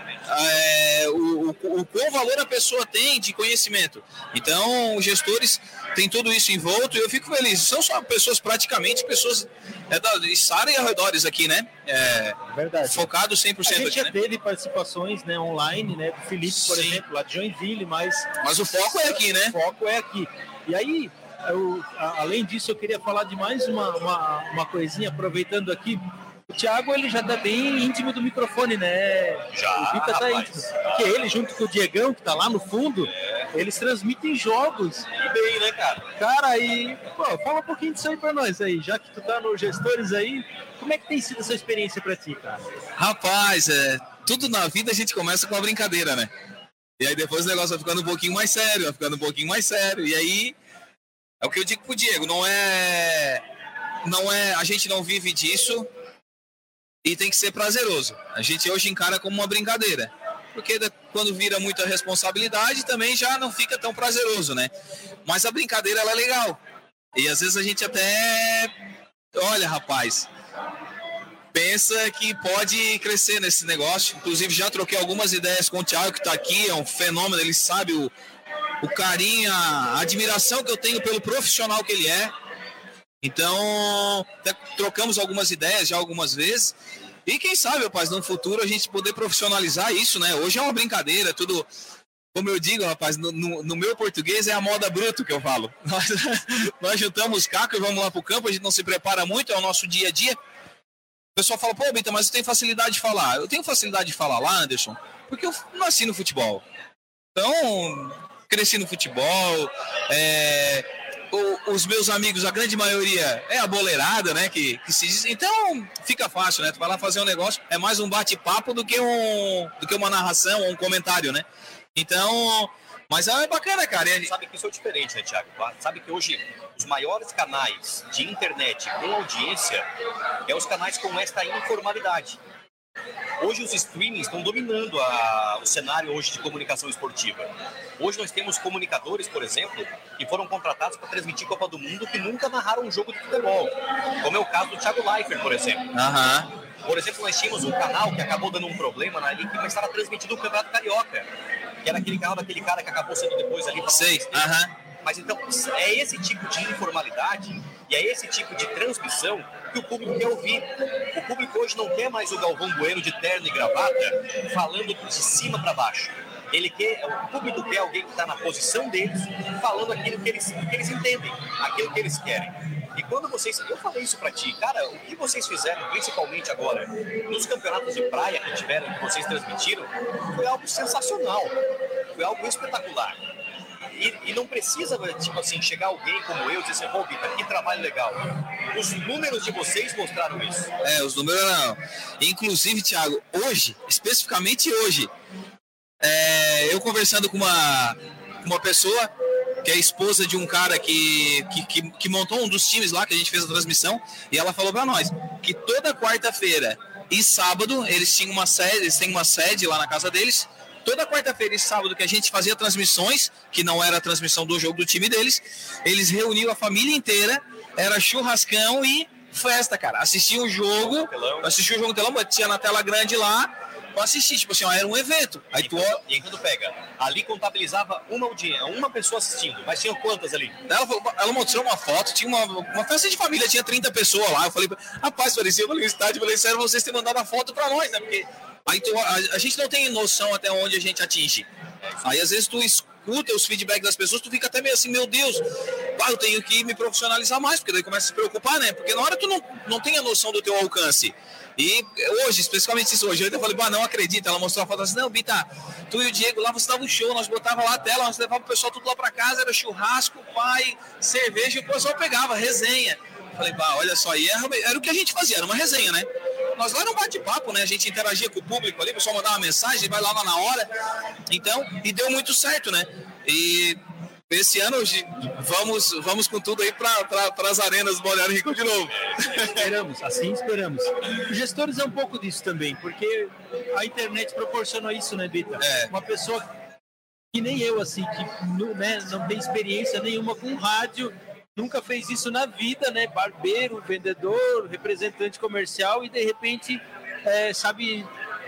O qual valor a pessoa tem de conhecimento. Então, os gestores têm tudo isso envolto e eu fico feliz. São só pessoas, praticamente, pessoas da Içara e arredores aqui, né? Verdade. Focado 100% aqui, A gente já né? teve participações, né, online, né? Do Felipe, por exemplo, lá de Joinville, mas o foco é aqui, né? O foco é aqui. E aí, além disso, eu queria falar de mais uma coisinha, aproveitando aqui. O Thiago, ele já tá bem íntimo do microfone, né? Já, o Bita tá íntimo. Porque ele, junto com o Diegão, que tá lá no fundo, eles transmitem jogos. Que bem, né, cara? Cara, aí, fala um pouquinho disso aí pra nós aí. Já que tu tá nos gestores aí, como é que tem sido essa experiência pra ti, cara? Rapaz, tudo na vida a gente começa com uma brincadeira, né? E aí depois o negócio vai ficando um pouquinho mais sério, E aí, é o que eu digo pro Diego, não é, a gente não vive disso e tem que ser prazeroso. A gente hoje encara como uma brincadeira. Porque quando vira muita responsabilidade também já não fica tão prazeroso, né? Mas a brincadeira, ela é legal. E às vezes a gente até... Olha, rapaz... pensa que pode crescer nesse negócio. Inclusive já troquei algumas ideias com o Thiago, que está aqui, é um fenômeno, ele sabe o carinho, a admiração que eu tenho pelo profissional que ele é. Então, até trocamos algumas ideias já algumas vezes. E quem sabe, rapaz, no futuro a gente poder profissionalizar isso, né? Hoje é uma brincadeira, tudo... Como eu digo, rapaz, no meu português é a moda bruto que eu falo. Nós juntamos caco e vamos lá pro campo, a gente não se prepara muito, é o nosso dia a dia. O pessoal fala, pô, Bita, mas eu tenho facilidade de falar. Eu tenho facilidade de falar lá, Anderson, porque eu nasci no futebol. Então, cresci no futebol. Os meus amigos, a grande maioria, é a boleirada, né, que se diz. Então, fica fácil, né? Tu vai lá fazer um negócio, é mais um bate-papo do que uma narração ou um comentário, né? Então, Mas é bacana, cara. Sabe que isso é diferente, né, Thiago? Sabe que hoje os maiores canais de internet com audiência é os canais com esta informalidade. Hoje os streamings estão dominando o cenário hoje de comunicação esportiva. Hoje nós temos comunicadores, por exemplo, que foram contratados para transmitir Copa do Mundo que nunca narraram um jogo de futebol. Como é o caso do Thiago Leifert, por exemplo. Por exemplo, nós tínhamos um canal que acabou dando um problema na liga, mas estava transmitindo o Campeonato Carioca, que era aquele canal daquele cara que acabou sendo depois ali... Mas então, é esse tipo de informalidade e é esse tipo de transmissão que o público quer ouvir. O público hoje não quer mais o Galvão Bueno de terno e gravata falando de cima para baixo. O público quer alguém que está na posição deles, falando aquilo que eles entendem, aquilo que eles querem. E quando eu falei isso pra ti, cara, o que vocês fizeram, principalmente agora, nos campeonatos de praia que tiveram, que vocês transmitiram, foi algo sensacional, foi algo espetacular. E não precisa, tipo assim, chegar alguém como eu e dizer assim, pô, Vitor, que trabalho legal. Os números de vocês mostraram isso. Os números não. Inclusive, Thiago, hoje, especificamente hoje, eu conversando com uma pessoa que é esposa de um cara que montou um dos times lá que a gente fez a transmissão, e ela falou pra nós que toda quarta-feira e sábado eles têm uma sede lá na casa deles. Toda quarta-feira e sábado que a gente fazia transmissões, que não era a transmissão do jogo do time deles, eles reuniam a família inteira, era churrascão e festa, cara. Assistiam o jogo no telão, tinha na tela grande lá, pra assistir, tipo assim, era um evento. E aí quando pega, ali contabilizava uma pessoa assistindo, mas tinha quantas ali? Ela mostrou uma foto, tinha uma festa de família, tinha 30 pessoas lá. Eu falei, rapaz, parecia no estádio, eu falei, sério, vocês terem mandado a foto pra nós, né? Porque a gente não tem noção até onde a gente atinge. Aí às vezes tu escuta os feedbacks das pessoas, tu fica até meio assim, meu Deus, eu tenho que me profissionalizar mais, porque daí começa a se preocupar, né? Porque na hora tu não tem a noção do teu alcance. E hoje, especificamente isso hoje, eu ainda falei, não acredita, ela mostrou a foto assim, não, Bita, tu e o Diego lá, você dava um show, nós botava lá a tela, nós levava o pessoal tudo lá pra casa, era churrasco, pai, cerveja, e o pessoal pegava, resenha. Falei, olha só, e era o que a gente fazia, era uma resenha, né? Nós lá era um bate-papo, né? A gente interagia com o público ali, o pessoal mandava uma mensagem, vai lá na hora. Então, e deu muito certo, né? E esse ano vamos com tudo aí para as arenas do Balneário Rincão de novo. Esperamos. Os gestores é um pouco disso também, porque a internet proporcionou isso, né, Bita? Uma pessoa que nem eu, assim, que não tem experiência nenhuma com rádio, nunca fez isso na vida, né? Barbeiro, vendedor, representante comercial e de repente sabe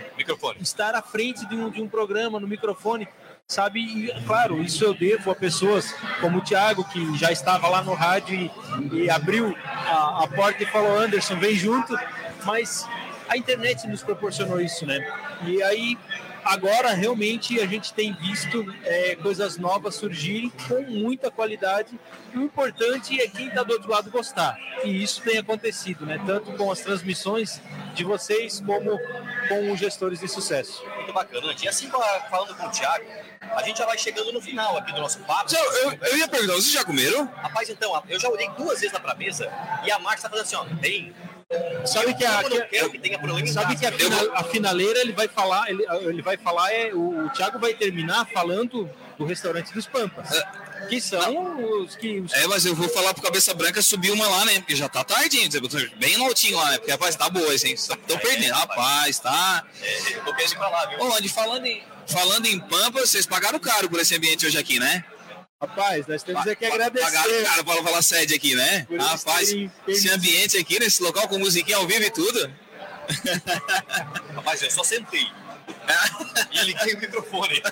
estar à frente de um programa no microfone, sabe? E, claro, isso eu devo a pessoas como o Thiago, que já estava lá no rádio e abriu a porta e falou, Anderson, vem junto, mas a internet nos proporcionou isso, né? E aí agora realmente a gente tem visto coisas novas surgirem com muita qualidade. E o importante é quem está do outro lado gostar. E isso tem acontecido, né? Tanto com as transmissões de vocês como com os gestores de sucesso. Muito bacana. E assim, falando com o Thiago, a gente já vai chegando no final aqui do nosso papo. Eu ia perguntar, vocês já comeram? Rapaz, então, eu já olhei 2 vezes lá pra mesa e a Marcia tá fazendo assim, ó, bem... Sabe que a finaleira ele vai falar, o Thiago vai terminar falando do restaurante dos Pampas. Que são os que... mas eu vou falar pro Cabeça Branca subir uma lá, né? Porque já tá tardinho, bem altinho lá, né? Porque, rapaz, tá boa, hein? Tô perdendo, rapaz, tá... Tô perdendo pra lá, viu? Onde, falando em Pampas, vocês pagaram caro por esse ambiente hoje aqui, né? Rapaz, nós temos que agradecer. Pagaram caro para falar sede aqui, né? Rapaz, esse ambiente aqui, nesse local com musiquinha ao vivo e tudo. Rapaz, eu só sentei. E liguei o microfone.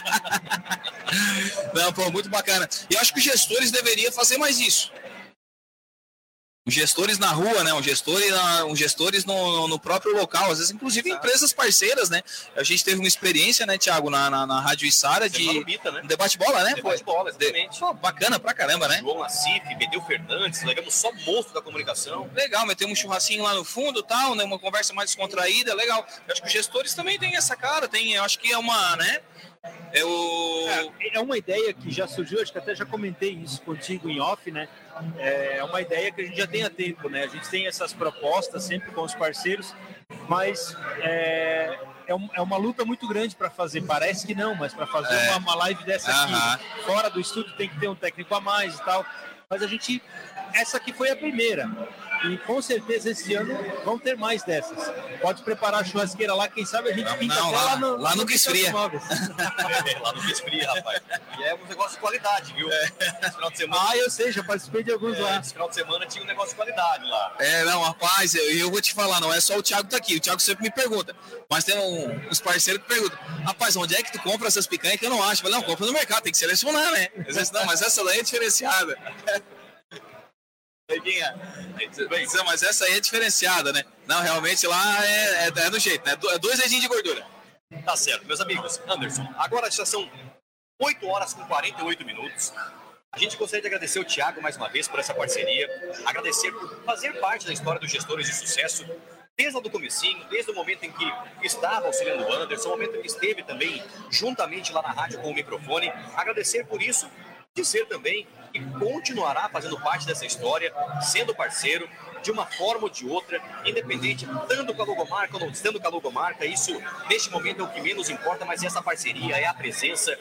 Não, pô, muito bacana. E eu acho que os gestores deveriam fazer mais isso. Os gestores na rua, né? Os gestores no próprio local, às vezes, inclusive empresas parceiras, né? A gente teve uma experiência, né, Thiago, na Rádio Içara de debate-bola, né? Debate-bola, exatamente. Bacana pra caramba, né? João Nassif, Bedeu Fernandes, levamos só monstro da comunicação. Legal, metemos um churrasquinho lá no fundo e tal, né? Uma conversa mais descontraída, legal. Eu acho que os gestores também têm essa cara, eu acho que é uma, né? É uma ideia que já surgiu, acho que até já comentei isso contigo em off, né? É uma ideia que a gente já tem há tempo, né? A gente tem essas propostas sempre com os parceiros, mas é uma luta muito grande para fazer. Parece que não, mas para fazer uma live dessa aqui, fora do estúdio, tem que ter um técnico a mais e tal. Mas essa aqui foi a primeira. E com certeza esse ano vão ter mais dessas. Pode preparar a churrasqueira lá, quem sabe a gente pinta até lá no que esfria. Lá no que esfria, rapaz. E é um negócio de qualidade, viu? Esse final de semana... eu sei, já participei de alguns lá. Esse final de semana tinha um negócio de qualidade lá. Não, rapaz, eu vou te falar, não é só o Thiago que tá aqui. O Thiago sempre me pergunta. Mas tem uns parceiros que perguntam: rapaz, onde é que tu compra essas picanhas que eu não acho? Eu falo, não, compra no mercado, tem que selecionar, né? Às vezes, não, mas essa daí é diferenciada. Mas essa aí é diferenciada, né? Não, realmente lá é do jeito, né? 2 dedinhos de gordura. Tá certo, meus amigos. Anderson, agora já são 8 horas com 48 minutos. A gente gostaria de agradecer o Thiago mais uma vez por essa parceria, agradecer por fazer parte da história dos Gestores de Sucesso, desde o comecinho, desde o momento em que estava auxiliando o Anderson, o momento em que esteve também juntamente lá na rádio com o microfone. Agradecer por isso, dizer também que continuará fazendo parte dessa história, sendo parceiro, de uma forma ou de outra, independente, estando com a logomarca ou não estando com a logomarca. Isso, neste momento, é o que menos importa, mas essa parceria, é a presença,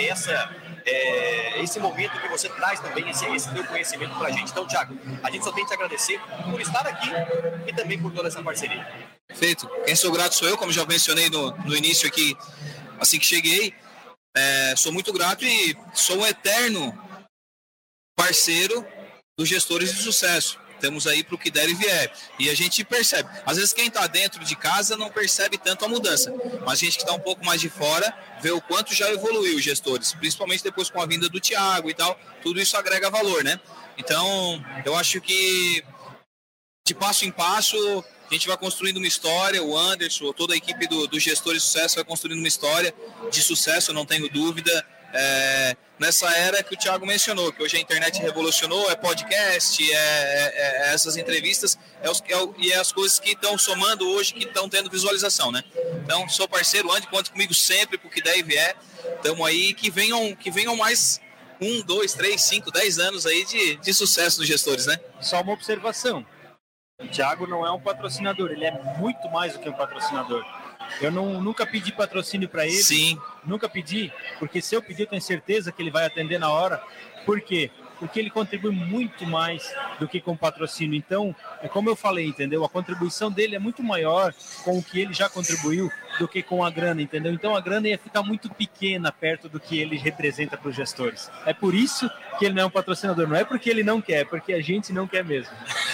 esse momento que você traz também, esse teu conhecimento pra gente. Então, Thiago, a gente só tem que te agradecer por estar aqui e também por toda essa parceria. Perfeito. Quem sou grato sou eu, como já mencionei no início aqui, assim que cheguei. Sou muito grato e sou um eterno parceiro dos Gestores de Sucesso. Temos aí para o que der e vier. E a gente percebe. Às vezes quem está dentro de casa não percebe tanto a mudança. Mas a gente que está um pouco mais de fora vê o quanto já evoluiu os gestores. Principalmente depois com a vinda do Thiago e tal. Tudo isso agrega valor, né? Então, eu acho que de passo em passo a gente vai construindo uma história. O Anderson, toda a equipe do Gestores de Sucesso vai construindo uma história de sucesso, eu não tenho dúvida. Nessa era que o Thiago mencionou, que hoje a internet revolucionou, é podcast, essas entrevistas, e as coisas que estão somando hoje, que estão tendo visualização, né? Então, sou parceiro, conte comigo sempre, pro que der e vier. Estamos aí, que venham mais 1, 2, 3, 5, 10 anos aí de sucesso dos Gestores, né? Só uma observação: o Thiago não é um patrocinador, ele é muito mais do que um patrocinador. Eu nunca pedi patrocínio para ele. Sim. Nunca pedi, porque se eu pedir, eu tenho certeza que ele vai atender na hora. Por quê? Porque ele contribui muito mais do que com patrocínio. Então, é como eu falei, entendeu? A contribuição dele é muito maior com o que ele já contribuiu do que com a grana, entendeu? Então, a grana ia ficar muito pequena perto do que ele representa para os gestores. É por isso que ele não é um patrocinador. Não é porque ele não quer, é porque a gente não quer mesmo.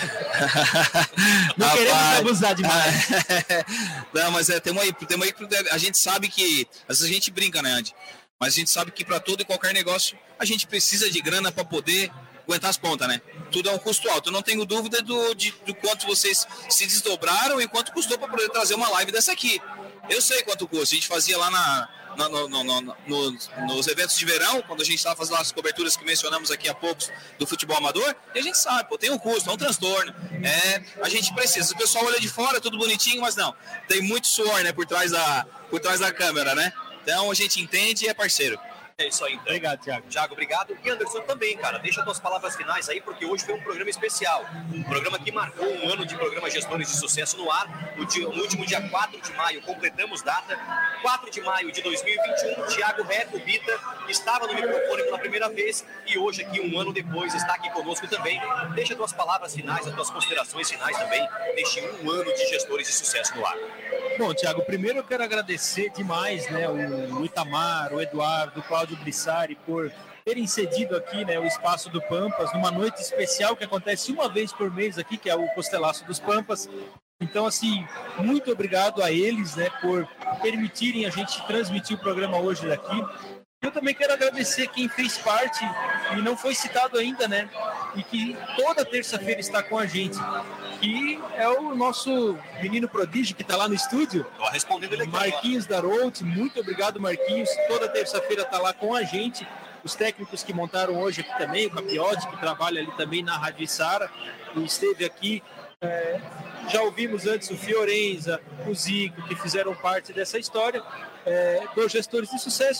Não queremos abusar demais. Não, mas temos aí. A gente sabe que... Às vezes a gente brinca, né, Andy? Mas a gente sabe que para todo e qualquer negócio a gente precisa de grana para poder aguentar as pontas, né? Tudo é um custo alto. Eu não tenho dúvida do quanto vocês se desdobraram e quanto custou para poder trazer uma live dessa aqui. Eu sei quanto custa. A gente fazia lá nos eventos de verão, quando a gente estava fazendo as coberturas que mencionamos aqui há pouco do futebol amador, e a gente sabe, tem um custo, é um transtorno. A gente precisa. O pessoal olha de fora, tudo bonitinho, mas não. Tem muito suor, né, por trás da câmera, né? Então a gente entende e é parceiro. É isso aí, então. Obrigado, Thiago. Thiago, obrigado. E Anderson também, cara. Deixa tuas palavras finais aí, porque hoje foi um programa especial. Um programa que marcou um ano de programa Gestores de Sucesso no ar. No último dia 4 de maio, completamos data. 4 de maio de 2021, Thiago Reco Bita estava no microfone pela primeira vez e hoje aqui, um ano depois, está aqui conosco também. Deixa tuas palavras finais, as tuas considerações finais também neste um ano de Gestores de Sucesso no ar. Bom, Thiago, primeiro eu quero agradecer demais, né, o Itamar, o Eduardo, o Cláudio Brissari por terem cedido aqui, né, o espaço do Pampas numa noite especial que acontece uma vez por mês aqui, que é o Costelaço dos Pampas. Então, assim, muito obrigado a eles, né, por permitirem a gente transmitir o programa hoje daqui. Eu também quero agradecer quem fez parte e não foi citado ainda, né, e que toda terça-feira está com a gente, que é o nosso menino prodígio que está lá no estúdio. Estou respondendo ele aqui. Marquinhos Darout, muito obrigado, Marquinhos. Toda terça-feira está lá com a gente. Os técnicos que montaram hoje aqui também, o Capiotti, que trabalha ali também na Rádio Sara, esteve aqui. Já ouvimos antes o Fiorenza, o Zico, que fizeram parte dessa história dos Gestores de Sucesso.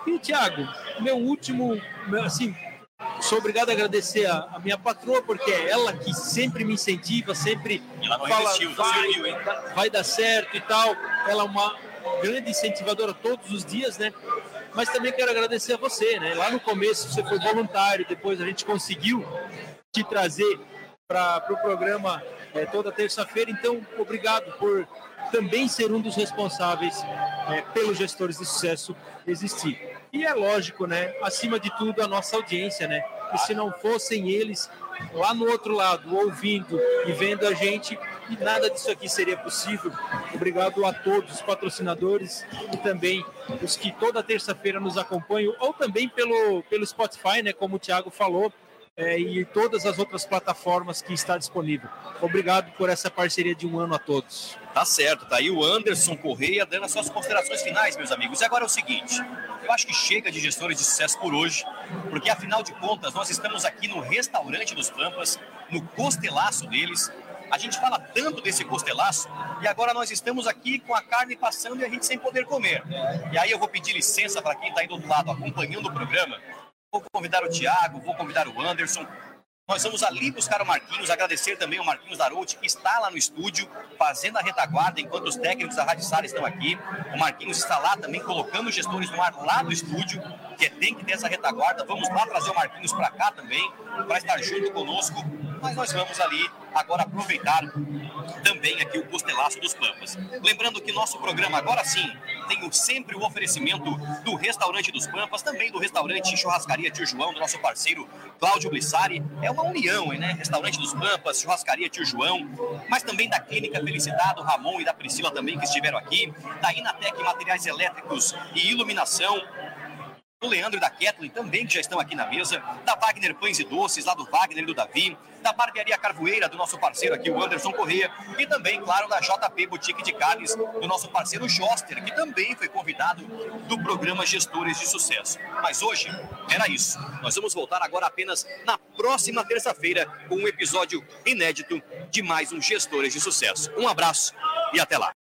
E, Thiago, meu último, assim, sou obrigado a agradecer a minha patroa, porque é ela que sempre me incentiva, sempre fala, vai dar certo e tal. Ela é uma grande incentivadora todos os dias, né? Mas também quero agradecer a você, né? Lá no começo você foi voluntário, depois a gente conseguiu te trazer para o programa toda terça-feira. Então, obrigado por também ser um dos responsáveis pelos Gestores de Sucesso existir. E é lógico, né? Acima de tudo, a nossa audiência, né? E se não fossem eles lá no outro lado, ouvindo e vendo a gente, nada disso aqui seria possível. Obrigado a todos os patrocinadores e também os que toda terça-feira nos acompanham, ou também pelo Spotify, né? Como o Thiago falou, e todas as outras plataformas que está disponível. Obrigado por essa parceria de um ano a todos. Tá certo, tá aí o Anderson Correia dando as suas considerações finais, meus amigos. E agora é o seguinte, eu acho que chega de Gestores de Sucesso por hoje, porque afinal de contas nós estamos aqui no restaurante dos Pampas, no costelaço deles. A gente fala tanto desse costelaço e agora nós estamos aqui com a carne passando e a gente sem poder comer. E aí eu vou pedir licença para quem está aí do outro lado acompanhando o programa. Vou convidar o Thiago, vou convidar o Anderson. Nós vamos ali buscar o Marquinhos, agradecer também ao Marquinhos Darouti, que está lá no estúdio, fazendo a retaguarda, enquanto os técnicos da Rádio Sara estão aqui. O Marquinhos está lá também, colocando os gestores no ar lá do estúdio, que tem que ter essa retaguarda. Vamos lá trazer o Marquinhos para cá também, para estar junto conosco. Mas nós vamos ali agora aproveitar também aqui o costelaço dos Pampas. Lembrando que nosso programa agora sim tem sempre o oferecimento do Restaurante dos Pampas, também do Restaurante Churrascaria Tio João, do nosso parceiro Cláudio Blissari. É uma união, né? Restaurante dos Pampas, Churrascaria Tio João, mas também da Clínica Felicidade, do Ramon e da Priscila também que estiveram aqui, da Inatec Materiais Elétricos e Iluminação, do Leandro e da Kathleen também, que já estão aqui na mesa, da Wagner Pães e Doces, lá do Wagner e do Davi, da Barbearia Carvoeira, do nosso parceiro aqui, o Anderson Correia, e também, claro, da JP Boutique de Carnes, do nosso parceiro Joster, que também foi convidado do programa Gestores de Sucesso. Mas hoje era isso. Nós vamos voltar agora apenas na próxima terça-feira com um episódio inédito de mais um Gestores de Sucesso. Um abraço e até lá.